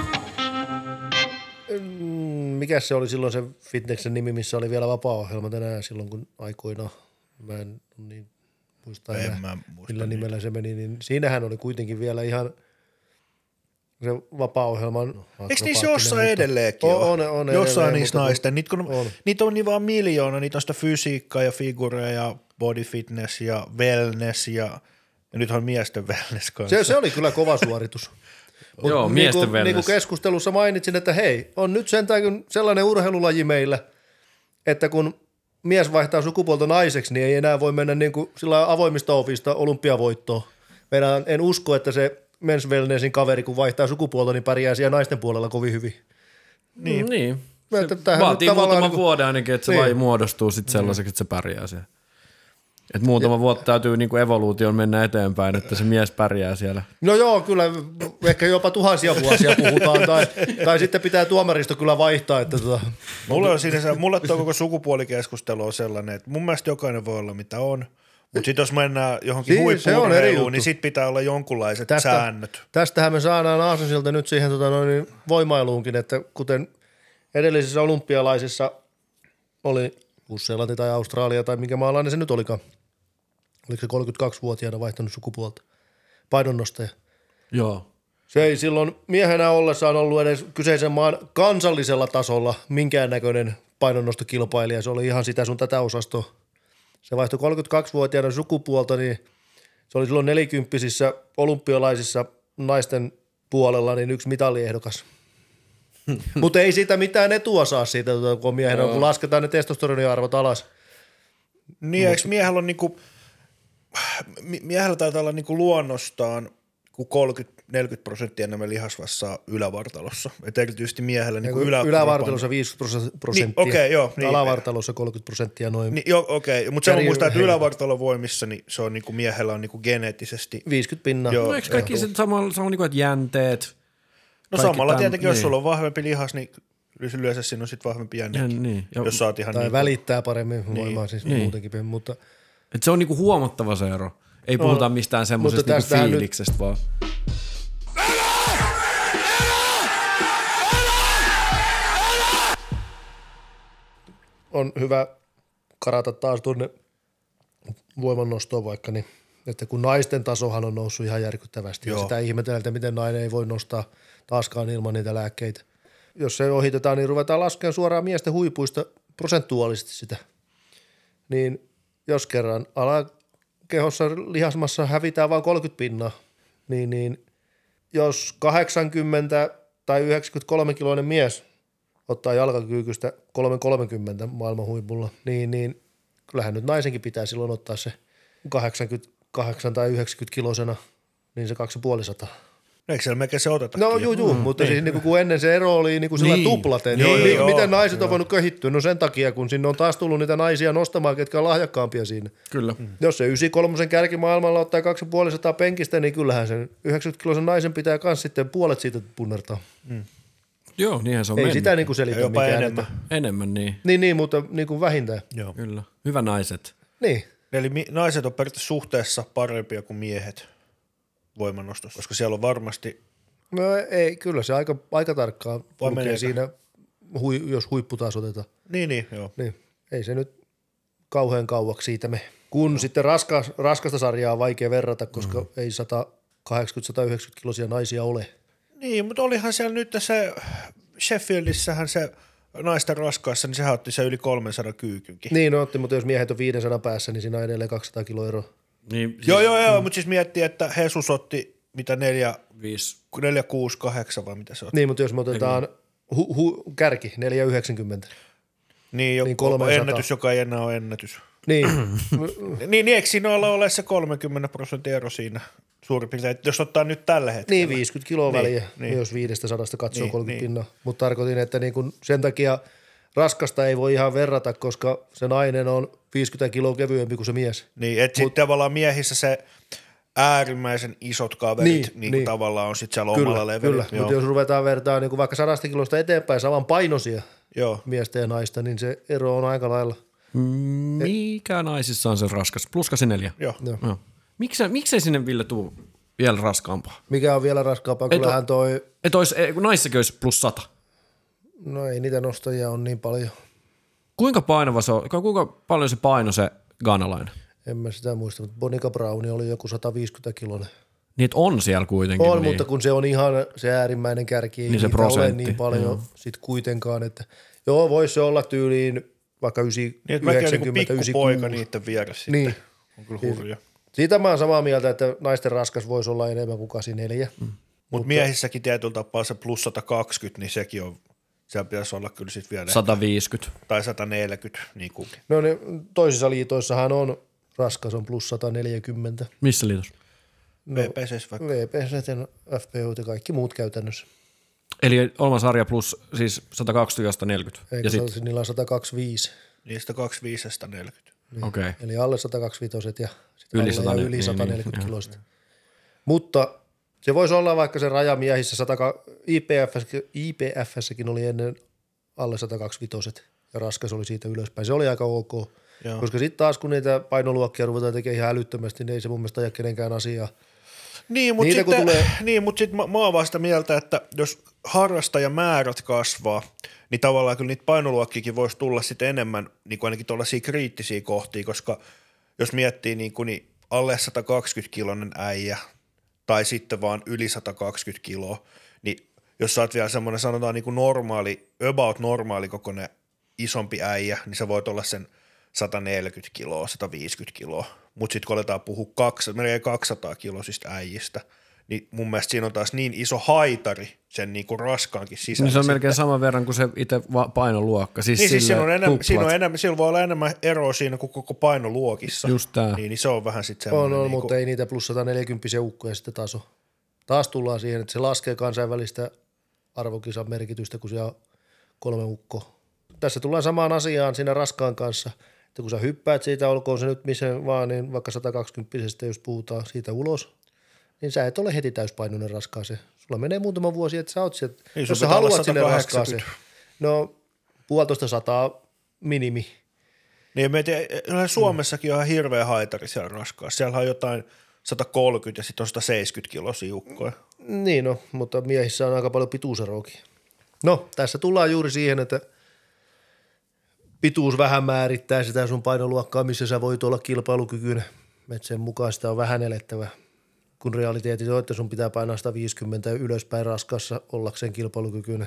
Mikäs se oli silloin se fitneksen nimi, missä oli vielä vapaa-ohjelma tänään silloin, kun aikoinaan, mä en niin muista millä nimellä se meni, niin siinähän oli kuitenkin vielä ihan se vapaa-ohjelman. Eikö niissä jossain edelleenkin ole? On jossain niissä naisten. Niitä on niin vaan miljoona, niitä on sitä fysiikkaa ja figurea ja body fitness ja wellness ja nyt on miesten wellness kanssa. Se oli kyllä kova suoritus. Joo, miesten wellness. Niin kuin keskustelussa mainitsin, että hei, on nyt sentään sellainen urheilulaji meillä, että kun mies vaihtaa sukupuolta naiseksi, niin ei enää voi mennä niin kuin sillä avoimista ovista olympiavoittoon. En usko, että se Men's Wellnessin kaveri, kun vaihtaa sukupuolta, niin pärjää siellä naisten puolella kovin hyvin. Niin. Se vaatii muutaman vuoden ainakin, että se laji muodostuu sitten sellaiseksi, että se pärjää siellä. Että muutama vuotta täytyy niinku evoluution mennä eteenpäin, että se mies pärjää siellä. No joo, kyllä ehkä jopa 1000 vuosia puhutaan, tai sitten pitää tuomaristo kyllä vaihtaa. Että Mulle tuo koko sukupuolikeskustelu on sellainen, että mun mielestä jokainen voi olla mitä on, Mutta sitten jos mennään johonkin Niin, se on eri huippu-urheiluun, juttu. niin sitten pitää olla jonkunlaiset säännöt. Tästähän me saadaan Aasensilta nyt siihen voimailuunkin, että kuten edellisissä olympialaisissa oli Uus-Seelanti tai Australia tai minkä maalainen se nyt olikaan. Oliko se 32-vuotiaana vaihtanut sukupuolta? Painonnostaja. Joo. Se ei silloin miehenä ollessaan ollut edes kyseisen maan kansallisella tasolla minkäännäköinen painonnostokilpailija. Se oli ihan sitä sun tätä osastoa. Se vaihtoi 32-vuotiaana sukupuolta, niin se oli silloin 40-sissä olympialaisissa naisten puolella niin yksi mitalliehdokas. Mutta ei siitä mitään etua saa siitä, kun miehenä, kun lasketaan ne testosteroniarvot alas. Niin, eikö miehellä on niinku, miehellä taitaa olla niinku luonnostaan 30-40% enemmän lihasvassaa ylävartalossa. Et erityisesti miehellä niinku Ylävartalossa 50%, niin, okay, joo, niin, alavartalossa 30% noin. niin, joo, okei, mutta se on muistaa, että ylävartalovoimissa niin se on niinku miehellä on niinku geneettisesti 50%. Joo, No eikö kaikki se sama niin kuin, että jänteet? No samalla tietenkin, jos sulla on vahvempi lihas, niin yleensä siinä on sitten vahvempi jännekin, niin. jos sä oot ihan Tai niin välittää paremmin voimaa siis muutenkin, mutta Et se on niinku huomattava se ero. Ei puhuta mistään semmoisesta niinku fiiliksestä vaan. on hyvä karata taas tuonne voimannostoon vaikka, niin että kun naisten tasohan on noussut ihan järkyttävästi. Ja sitä ihmetellään, että miten nainen ei voi nostaa taaskaan ilman niitä lääkkeitä. Jos se ohitetaan, niin ruvetaan laskemaan suoraan miesten huipuista prosentuaalisesti sitä. Niin jos kerran alakehossa lihasmassa hävitään vain 30%, niin jos 80 tai 93 kiloinen mies ottaa jalkakyykystä 330 maailman huipulla, niin kyllähän nyt naisenkin pitää silloin ottaa se 88 tai 90 kilosena, niin se 250. eikö siellä melkein se otetakin? No juu, mutta siis niin kun ennen se ero oli niin sillä tuplaten. Miten naiset on voinut kehittyä? No sen takia, kun sinne on taas tullut niitä naisia nostamaan, ketkä on lahjakkaampia siinä. Kyllä. Jos se 93 kärki maailmalla ottaa 250 penkistä, niin kyllähän sen 90-kiloisen naisen pitää myös sitten puolet siitä punnertaa. Joo, niinhän se on Ei mennyt. sitä niin kuin selitä jopa mikään. enemmän. Enemmän niin. Niin, mutta niin kuin vähintään. Joo. Kyllä. Hyvä naiset. Niin. Eli naiset on periaatteessa suhteessa parempia kuin miehet voimannostossa, koska siellä on varmasti No ei, kyllä se aika tarkkaan lukee meneekö? siinä, jos huippu taas otetaan. Niin, joo. Niin, ei se nyt kauhean kauaksi siitä me. Kun sitten raskasta sarjaa on vaikea verrata, koska ei 180-190 kiloisia naisia ole. Niin, mutta olihan siellä nyt se Sheffieldissähän se naisten raskaassa, niin sehän otti se yli 300 kyykynkin. Niin otti, mutta jos miehet on 500 päässä, niin siinä on edelleen 200 kiloa ero. Niin, siis Joo, mutta siis miettii, että Jesus otti mitä 5. 4, 6, 8 vai mitä se otti. Niin, mutta jos me otetaan kärki 490. Niin, niin 300. ennätys, joka ei enää ole ennätys. Niin, Niin, eikö siinä ole se 30% ero siinä suurin piirtein, jos ottaa nyt tällä hetkellä? niin 50 kiloa väliä, niin. jos 500 katsoo Niin, 30 niin. pinnaa. Mutta tarkoitin, että niin kun sen takia raskasta ei voi ihan verrata, koska se nainen on 50 kiloa kevyempi kuin se mies. Niin, että sitten tavallaan miehissä se äärimmäisen isot kaverit niin. Tavallaan on sitten siellä omalla levelillä. Kyllä, mutta jos ruvetaan vertaa niin vaikka 100 kilosta eteenpäin saman painoisia miestä ja naista, niin se ero on aika lailla. Mikä naisissa on se raskas? Plus 4. Joo. Joo. Miksei sinne Ville tuu vielä raskaampaa? Mikä on vielä raskaampaa? Kyllähän toi, Kun naissakin olisi plus 100. no ei niitä nostajia on niin paljon. Kuinka painava se on? Kuinka paljon se paino se ghanalainen? En mä sitä muista, mutta Bonica Browni oli joku 150 kiloinen. Niin, on siellä kuitenkin. On, niin. mutta kun se on ihan se äärimmäinen kärki, ei Niin se niitä ole prosentti. niin paljon sit kuitenkaan, että joo, voisi se olla tyyliin vaikka 90, Niin, että mäkin olen niin 96. pikkupoika niiden vieressä sitten. Niin. On kyllä hurja. Siitä mä oon samaa mieltä, että naisten raskas voisi olla enemmän kuin 84. Mutta miehissäkin tietyllä tapaa se plus 120, niin sekin on, siellä pitäisi olla kyllä sitten vielä 150. tai 140. Niin kuin. No ne, toisissa liitoissahan on raskas on plus 140. Missä liitos? No, VPCs vaikka. VPC ja FPU ja kaikki muut käytännössä. Eli Olman sarja plus siis 120-140. Eikö se niillä on 125. Niistä 25 ja 140. Niin. Okei. Eli alle 125 ja sitten Yli alle 140, ja yli 140 niin, kiloista. Mutta se voisi olla vaikka se rajamiehissä, IPFssäkin oli ennen alle 125 ja raskas oli siitä ylöspäin. Se oli aika ok. Joo. Koska sitten taas kun niitä painoluokkia ruvetaan tekemään ihan älyttömästi, niin ei se mun mielestä aja kenenkään asiaa. Niin, mutta sitten mä oon vaan sitä mieltä, että jos harrastajamäärät kasvaa, niin tavallaan kyllä niitä painoluokkiakin voisi tulla sitten enemmän niin kuin ainakin tuollaisia kriittisiä kohtia, koska jos miettii niin alle 120-kiloinen äijä tai sitten vaan yli 120 kiloa, niin jos sä oot vielä semmoinen sanotaan niin kuin normaali kokoinen isompi äijä, niin sä voit olla sen 140 kiloa, 150 kiloa, mutta sitten kun aletaan puhua melkein 200 kiloisista äijistä, niin mun mielestä siinä on taas niin iso haitari sen niinku raskaankin sisällä. Niin se on melkein saman verran kuin se itse painoluokka. Siis niin siis siinä voi olla enemmän eroa siinä kuin koko painoluokissa. Just tää. Niin se on vähän sitten semmoinen. On, mutta ei niitä plus 140 ukkoja sitten taas ole. Taas tullaan siihen, että se laskee kansainvälistä arvokisan merkitystä, kun siellä on 3 ukkoa. Tässä tullaan samaan asiaan siinä raskaan kanssa, että kun sä hyppäät siitä, olkoon se nyt missä vaan, niin vaikka 120, jos puhutaan siitä ulos, niin sä et ole heti täyspainoinen raskaaseen. Sulla menee muutama vuosi, että sä oot sieltä, niin, jos sä haluat sinne raskaaseen. No 150 minimi. Niin Suomessakin on ihan hirveä haitari siellä raskaassa. Siellä on jotain 130 ja sitten on 170 kiloisia ukkoja. Niin no, mutta miehissä on aika paljon pituuseroakin. No, tässä tullaan juuri siihen, että pituus vähän määrittää sitä sun painoluokkaa, missä sä voit olla kilpailukykyinen. Että sen mukaan sitä on vähän elettävä, kun realiteetit on, että sun pitää painaa 150 ylöspäin raskassa ollakseen kilpailukykyinen.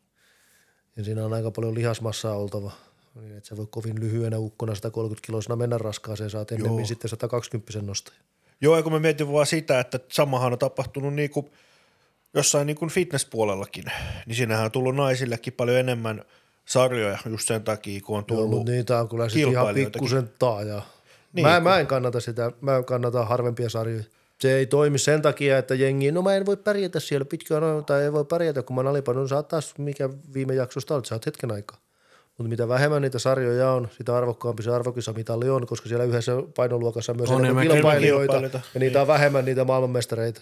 Ja siinä on aika paljon lihasmassaa oltava. Niin, että sä voi kovin lyhyenä ukkona 130 kiloisena mennä raskaaseen, saat ennemmin sitten 120 nostaja. Joo, ja kun mä mietin vaan sitä, että samahan on tapahtunut niinku jossain niinku fitnesspuolellakin, niin siinähän on tullut naisillekin paljon enemmän sarjoja just sen takia, kun on tullut mutta niitä on kyllä sitten ihan pikkusen taajaa. Niin, mä en kannata sitä, mä kannatan harvempia sarjoja. Se ei toimi sen takia, että jengi, no mä en voi pärjätä siellä pitkään, tai ei voi pärjätä, kun mä oon alipainoinen, sä oot taas mikä viime jaksosta olet, sä oot hetken aikaa. Mutta mitä vähemmän niitä sarjoja on, sitä arvokkaampi se arvokisamitali on, koska siellä yhdessä painoluokassa on myös enemmän kilpailijoita, ja niitä on vähemmän niitä maailmanmestareita.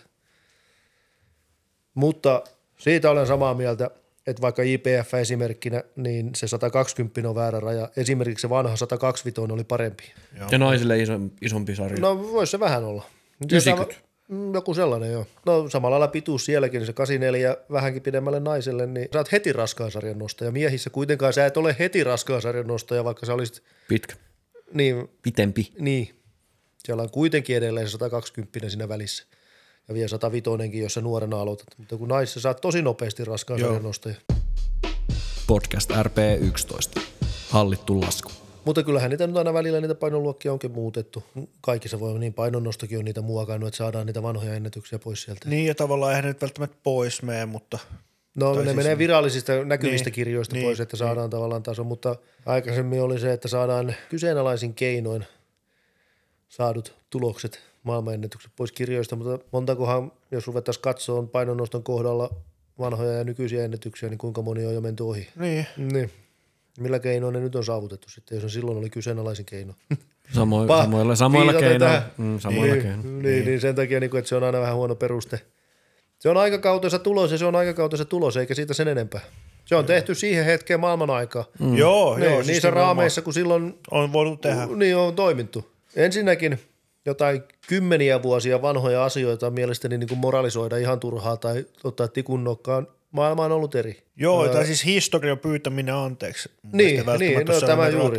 Mutta siitä olen samaa mieltä, että vaikka IPF esimerkkinä, niin se 120 on väärä raja. Esimerkiksi se vanha 125 oli parempi. Joo. Ja naisille isompi sarja. No voisi se vähän olla. 90. Joku sellainen, joo. No samalla lailla pituus sielläkin, niin se 84 vähänkin pidemmälle naiselle, niin sä oot heti raskaan sarjan nostaja. Miehissä kuitenkaan sä et ole heti raskaan sarjan nostaja, vaikka sä olisit pitkä. Niin. Pitempi. Niin. Siellä on kuitenkin edelleen se 120 siinä välissä. Ja vielä 105, jos sä nuorena aloitat. Mutta kun naisissa sä oot tosi nopeasti raskaan sarjan nostaja. Podcast RP11. Hallittu lasku. Mutta kyllähän niitä nyt aina välillä niitä painoluokkia onkin muutettu. Kaikissa voi niin painonnostokin on niitä muokannut, että saadaan niitä vanhoja ennätyksiä pois sieltä. Niin ja tavallaan eihän nyt välttämättä pois mene, mutta... No ne siis menee virallisista näkyvistä kirjoista pois, että saadaan tavallaan taso, mutta aikaisemmin oli se, että saadaan kyseenalaisin keinoin saadut tulokset, maailmanennätykset pois kirjoista, mutta montakohan, jos ruvettaisiin katsoa painonnoston kohdalla vanhoja ja nykyisiä ennätyksiä, niin kuinka moni on jo menty ohi. Niin. Millä keinoin ne nyt on saavutettu sitten, jos silloin oli kyseenalaisin keino. Samoilla keinoilla. Niin, sen takia, että se on aina vähän huono peruste. Se on aikakautensa tulos ja se on aikakautensa tulos, eikä siitä sen enempää. Se on tehty siihen hetkeen maailman aikaa. Joo. Niissä siis raameissa, kun silloin on voinut tehdä. Niin on toimittu. Ensinnäkin jotain kymmeniä vuosia vanhoja asioita mielestäni niin kuin moralisoida ihan turhaa tai ottaa tikun nokkaan. Maailma on ollut eri. Joo, tai siis historian pyytäminen anteeksi. Niin, no tämä juuri.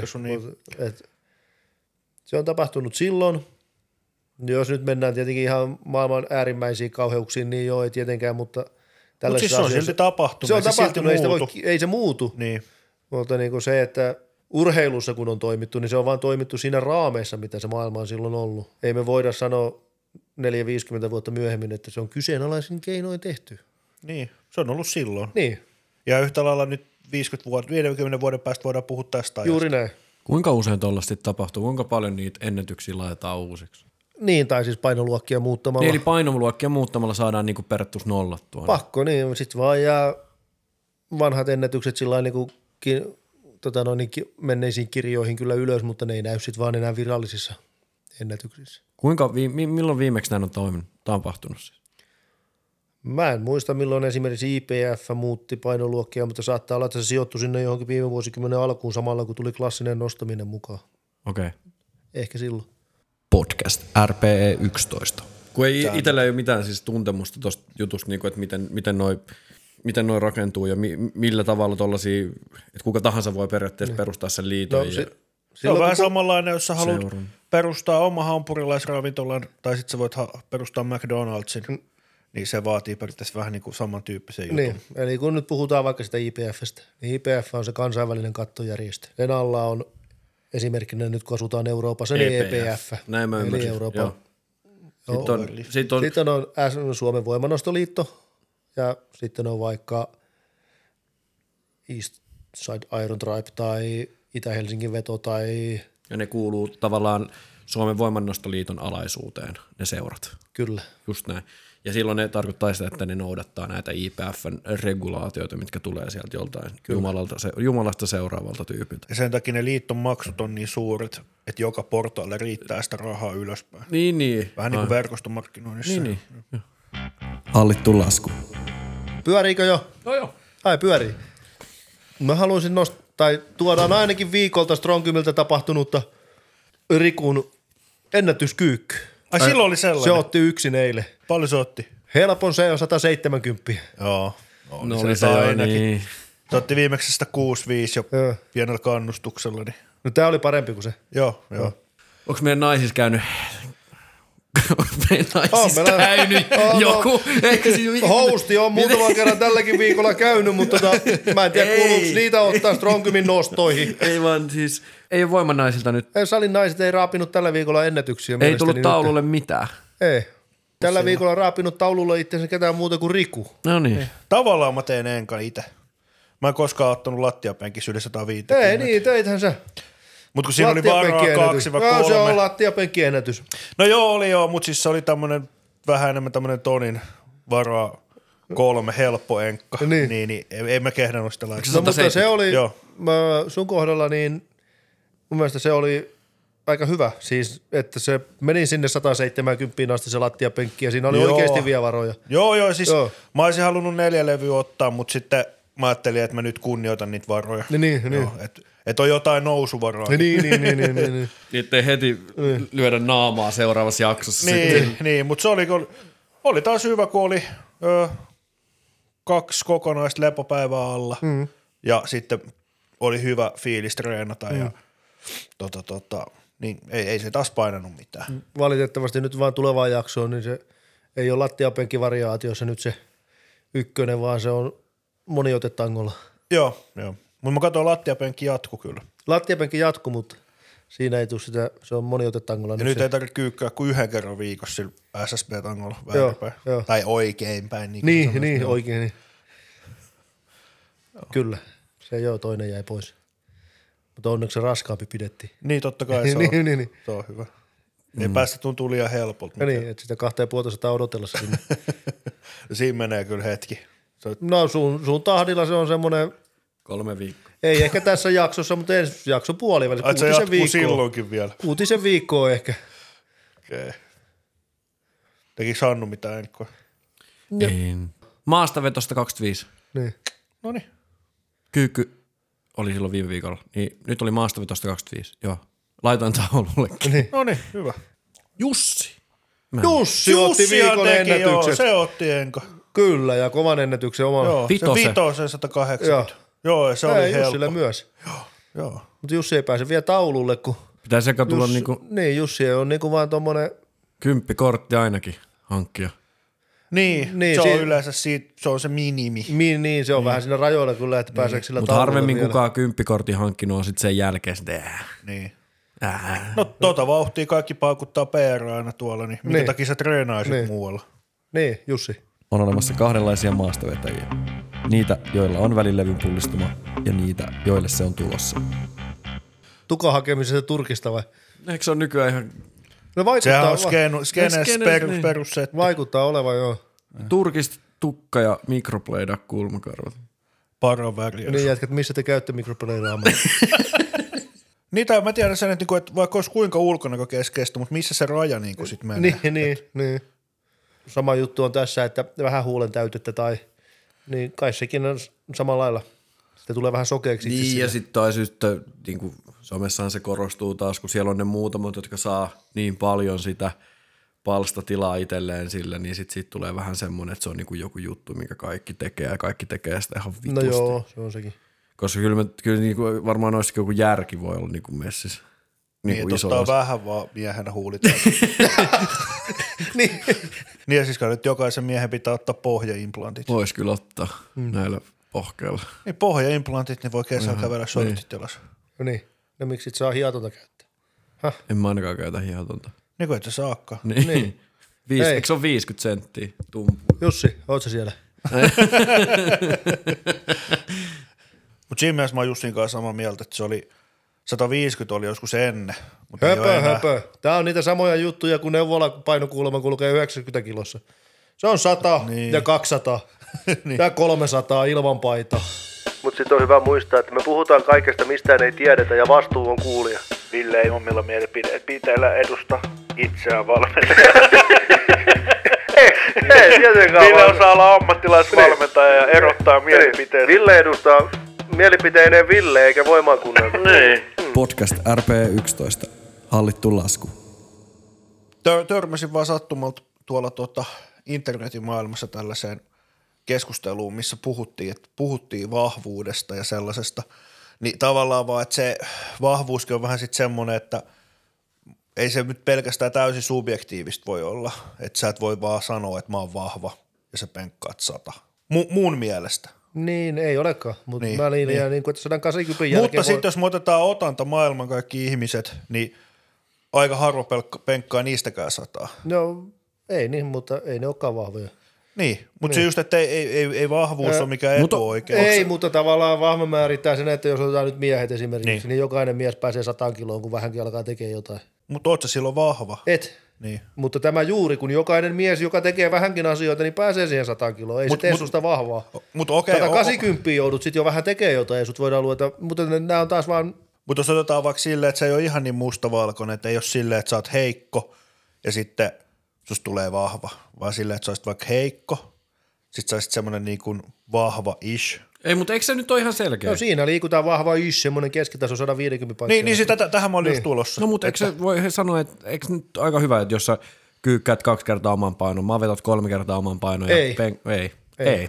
Se on tapahtunut silloin. Jos nyt mennään tietenkin ihan maailman äärimmäisiin kauheuksiin, niin joo, ei tietenkään, mutta siis se on silti tapahtunut. Se on tapahtunut, ei se muutu. Niin. Mutta niin kuin se, että urheilussa kun on toimittu, niin se on vaan toimittu siinä raameissa, mitä se maailma on silloin ollut. Ei me voida sanoa 4-50 vuotta myöhemmin, että se on kyseenalaisin keinoin tehty. Niin, se on ollut silloin. Niin. Ja yhtä lailla nyt 50 vuoden päästä voidaan puhua tästä ajasta. Juuri näin. Kuinka usein tuollaisesti tapahtuu? Kuinka paljon niitä ennätyksiä laitetaan uusiksi? Niin, tai siis painoluokkia muuttamalla. Niin, eli painoluokkia muuttamalla saadaan niinku periaatteessa nollattua. Pakko, niin. Sitten vaan jää vanhat ennätykset sillä niin menneisiin kirjoihin kyllä ylös, mutta ne ei näy sitten vaan enää virallisissa ennätyksissä. Milloin viimeksi näin on tapahtunut siis? Mä en muista, milloin esimerkiksi IPF muutti painoluokkia, mutta saattaa olla, että se sijoittui sinne johonkin viime vuosikymmenen alkuun samalla, kun tuli klassinen nostaminen mukaan. Okei. Ehkä silloin. Podcast RPE 11. Kun ei itsellä ei ole mitään siis tuntemusta tuosta jutusta, niin kuin, että miten noi rakentuu ja millä tavalla tollaisia, että kuka tahansa voi periaatteessa perustaa sen liiton. Se on vähän samanlainen, jos sä haluat perustaa oma hampurilaisravintolan tai sitten sä voit perustaa McDonald'sin, niin se vaatii periaatteessa vähän niin kuin samantyyppisen jutun. Niin, eli kun nyt puhutaan vaikka sitä IPFstä, niin IPF on se kansainvälinen kattojärjestö. Sen alla on esimerkkinä nyt kun asutaan Euroopassa, niin EPF. Näin mä ymmärsin. Eli Euroopan. Sitten on Suomen voimannostoliitto ja sitten on vaikka East Side Iron Tribe tai Itä-Helsingin veto tai... Ja ne kuuluu tavallaan Suomen voimannostoliiton alaisuuteen, ne seurat. Kyllä. Just näin. Ja silloin ne tarkoittaa sitä, että ne noudattaa näitä IPFn regulaatioita, mitkä tulee sieltä joltain Jumalasta seuraavalta tyypiltä. Ja sen takia ne liiton maksut on niin suuret, että joka portaalle riittää sitä rahaa ylöspäin. Niin. Vähän niin kuin verkostomarkkinoinnissa. Niin. Hallittu lasku. Pyöriikö jo? No joo. Ai pyörii. Mä haluaisin tuodaan ainakin viikolta Strongymiltä tapahtunutta Rikun ennätyskyykky. Ai silloin oli sellainen? Se otti yksin eilen. Paljon se otti? Helpon se on 170. Joo. No oli se ainakin. Niin. Se otti viimeksi sitä 6-5 jo pienellä kannustuksella. Niin. No tää oli parempi kuin se. Joo. Onko meidän naisissa käynyt käynyt joku? Hosti on muutaman kerran tälläkin viikolla käynyt, mutta mä en tiedä kuuluuko niitä ottaa Strongymin nostoihin. Ei vaan siis, ei ole voimannaisilta nyt. Salin naiset ei raapinut tällä viikolla ennätyksiä. Ei tullut taululle mitään. Ei. Tällä viikolla on raapinut taululle itseänsä ketään muuta kuin Riku. No niin. Tavallaan mä teen enkan itse. Mä en koskaan ottanut lattiapenkissä yli 150. Ei niin, teithän sä. Mutta kun siinä oli varaa 2-3. Se on lattiapenkkiennätys. No joo, mutta siis se oli tämmönen vähän enemmän tämmönen tonin varaa 3 helppo enkka. Niin ei mä kehdannut sitä laittaa. No mutta se oli, sun kohdalla niin mun mielestä se oli aika hyvä. Siis, että se meni sinne 170 asti se lattiapenkki ja siinä oli oikeasti vielä varoja. Joo, siis mä olisin halunnut 4 levyä ottaa, mutta sitten mä ajattelin, että mä nyt kunnioitan niitä varoja. Niin. Että on jotain nousuvaraa. Niin. Ettei heti lyödä naamaa seuraavassa jaksossa. Niin, mutta se oli taas hyvä, kun oli 2 kokonaista lepopäivää alla ja sitten oli hyvä fiilis treenata ja niin ei se taas painanut mitään. Valitettavasti nyt vaan tulevaan jaksoon, niin se ei ole lattiapenkkivariaatiossa nyt se ykkönen, vaan se on moniotetangolla. Joo. Mutta mä katsoin lattiapenkki jatku kyllä. Lattiapenkki jatku, mutta siinä ei tule sitä, se on moniotetangolla. Ja nyt ei tarvitse kyykkyä kuin 1 kerran viikossa sillä SSB-tangolla väärinpäin. Tai oikeinpäin. Niin, oikein. Niin. Kyllä, se toinen jäi pois. Mutta onneksi se raskaampi pidettiin. Niin, totta kai se on. niin. Se on hyvä. Ei päästä tuntuu liian helpolta. Ja niin, että sitä 2,5 odotella sinne. Siinä menee kyllä hetki. No sun tahdilla se on semmoinen 3 viikkoa. Ei ehkä tässä jaksossa, mutta ensi jakso puolivälissä. Ai se jatkuu silloinkin vielä. 6 viikkoa ehkä. Okei. Tekikö Hannu mitään enkkoa? Ei. Maastavetosta 25. Niin. Noniin. Kyykky oli silloin viime viikolla. Niin nyt oli maastavetosta 25. Joo. Laitoin taulullekin. Niin. Noniin, hyvä. Jussi otti viikon ennätykset. Se otti enko. Kyllä, ja kovan ennätyksen omalla. Joo, se vitosen 180. Joo, ja se oli helppo. Jussille myös. Joo. Mutta Jussi ei pääse vielä taululle, kun... Pitäisi ehkä tulla niinku... Niin, Jussi on niinku vaan tommonen... 10 kortti ainakin hankkia. Niin se on yleensä siitä, se on se minimi. Niin, se on vähän siinä rajoilla kyllä, että pääseekö sillä taululle. Mutta harvemmin vielä. Kukaan 10 kortin hankkinut on sitten sen jälkeen sitten. Niin. No vauhtia kaikki paukuttaa PR aina tuolla, niin minkä takia sä treenaisit muualla? Niin, Jussi. On olemassa 2 maastavetäjiä. Niitä, joilla on välilevyn pullistuma ja niitä, joille se on tulossa. Tukahakemisessa Turkista vai? Eikö se on nykyään ihan... No vaikuttaa. Sehän on skenes perussetti. Vaikuttaa olevan, joo. Turkista tukka ja microplayda kulmakarvat. Paraväriä. Niin jätkät, missä te käytte microplaydaa? Niitä mä tiedän sen, että vaikka olisi kuinka ulkonäkökeskeistä, mutta missä se raja sitten menee? Niin. Sama juttu on tässä, että vähän huulen täytettä tai niin kai sekin on samalla lailla. Sitten tulee vähän sokeaksi. Niin ja sitten taas just niinku Somessahan se korostuu taas, kun siellä on ne muutamat, jotka saa niin paljon sitä palstatilaa itselleen sillä, niin sit siitä tulee vähän semmoinen, että se on niinku joku juttu, minkä kaikki tekee ja kaikki tekee sitä ihan vitusti. No joo, se on sekin. Koska kyllä niinku varmaan olisikin joku järki voi olla niinku messissä. Niin, että ottaa vähän vaan miehenä huulit. Niin. Niin ja siis nyt jokaisen miehen pitää ottaa pohjaimplantit. Vois kyllä ottaa näillä pohkeilla. Niin pohjaimplantit, niin voi kesällä kävellä shortit jalas. No niin, no miksi sit saa hiatonta käyttää? En mä ainakaan käytä hietonta. Niin kuin et sä saakkaan. Niin. Eikö se ole 50 senttiä tumpu? Jussi, oot sä siellä? Mutta siinä mielessä mä oon Jussin kanssa samaa mieltä, että se oli 150 oli joskus ennen. Mutta ei ole enää. Höpö. Tää on niitä samoja juttuja, kun neuvolapainokuulemma kulkee 90 kilossa. Se on 100 ja 200 ja 300 ilman paita. Mut sit on hyvä muistaa, että me puhutaan kaikesta, mistään ei tiedetä ja vastuu on kuulija. Ville ei omilla mielipiteillä edusta itseään valmentaja. Ei tietenkään. Ville osaa olla ammattilaisvalmentaja ja erottaa mielipiteet. Ville edustaa mielipiteineen Ville eikä voimankunnalta. Niin. Podcast RP11. Hallittu lasku. Törmäsin vaan sattumalta tuolla internetin maailmassa tällaiseen keskusteluun, missä puhuttiin vahvuudesta ja sellaisesta. Niin tavallaan vaan, että se vahvuuskin on vähän sitten semmoinen, että ei se nyt pelkästään täysin subjektiivista voi olla. Että sä et voi vaan sanoa, että mä oon vahva ja sä penkkaat 100. Mun mielestä. Niin, ei olekaan, mutta Niin, mä linjaan niin kuin, että 180 jälkeen mutta sitten jos me otetaan otanta maailman kaikki ihmiset, niin aika harva penkkaa niistäkään 100. No ei niin, mutta ei ne olekaan vahvoja. Niin, mutta se just, että ei vahvuus ole mikään etuoikeus. Ei, mutta tavallaan vahva määrittää sen, että jos otetaan nyt miehet esimerkiksi, niin jokainen mies pääsee 100 kiloon, kun vähänkin alkaa tekemään jotain. Mutta oot sä silloin vahva? Et. Niin. Mutta tämä juuri, kun jokainen mies, joka tekee vähänkin asioita, niin pääsee siihen 100 kiloa. Ei se tee susta vahvaa. Mutta okei. 180 joudut sitten jo vähän tekemään jotain, ja sut voidaan lueta, mutta nämä on taas vaan... Mutta jos otetaan vaikka silleen, että se ei ole ihan niin mustavalkoinen, että ei ole silleen, että sä oot heikko ja sitten susta tulee vahva, vaan silleen, että sä olisit vaikka heikko, sit sä olisit semmoinen niin kuin vahva-ish. Ei, mutta eikö se nyt ole ihan selkeä? No siinä liikutaan vahva ish, semmoinen keskitaso 150 paikkaa. Niin tähän mä olin just tulossa. No mutta eikö se voi sanoa, että eikö nyt aika hyvä, että jos sä kyykkäät 2 kertaa oman painon, mä vetot 3 kertaa oman painon ja ei.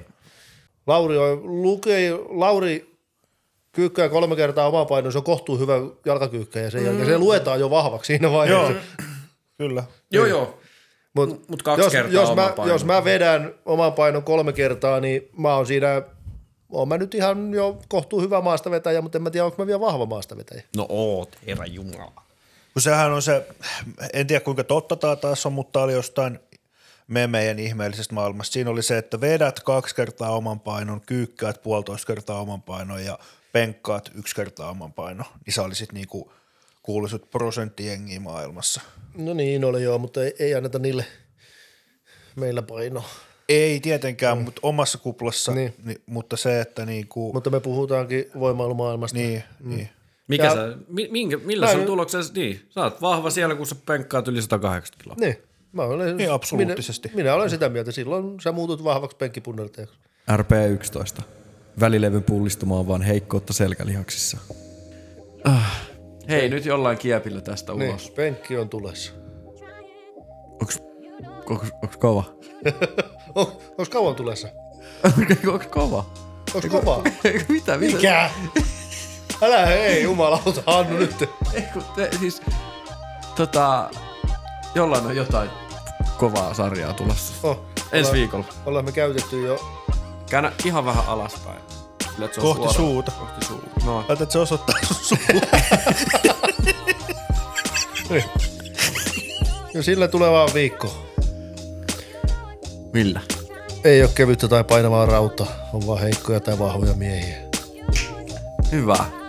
Lauri kyykkää 3 kertaa oman painon, se on kohtuu hyvä jalkakyykkä ja sen jälkeen se luetaan jo vahvaksi siinä vaiheessa. Joo, kyllä. Joo. Mut 2 kertaa oman painon. Jos mä vedän oman painon 3 kertaa, niin mä oon siinä, oon mä nyt ihan jo kohtuu hyvä maastavetäjä, mutta en mä tiedä, onko mä vielä vahva maastavetäjä. No oot, herra jumala. Kun sehän on se, en tiedä kuinka totta tämä taas on, mutta oli jostain meidän ihmeellisestä maailmasta. Siinä oli se, että vedät 2 kertaa oman painon, kyykkäät 1,5 kertaa oman painon ja penkkaat 1 kertaa oman painon. Niin sä olisit niinku kuuluisut prosenttijengiä maailmassa. No niin oli joo, mutta ei anneta niille meillä painoa. Ei tietenkään, mutta omassa kuplassa, mutta se, että niinku... Mutta me puhutaankin voimailumaailmasta. Niin. Mikä millä sun tuloksessa, niin, sä oot vahva siellä, kun sä penkkaat yli 180 kiloa. Niin, mä olen, niin absoluuttisesti. Minä olen sitä mieltä, silloin sä muutut vahvaksi penkkipunnertajaksi. RP11. Välilevyn pullistuma on vaan heikkoutta selkälihaksissa. Hei, nyt jollain kiepillä tästä ulos. Niin, penkki on tulessa. Onks kova? Onks kauan tulessa? Onks kova? Onks kova? Mitä? Mikä? Älä hei, jumalauta, Hannu nyt. Siis, jollain on jotain kovaa sarjaa tulossa. Ensi viikolla. Ollaan me käytetty jo. Käännä ihan vähän alaspäin. Kohti suuta. Kohti suuta. No. Ajattelin, että se osoittaa sun suuta. Ja sillä tulevaan viikko. Millä? Ei ole kevyttä tai painavaa rautaa, on vaan heikkoja tai vahvoja miehiä. Hyvä.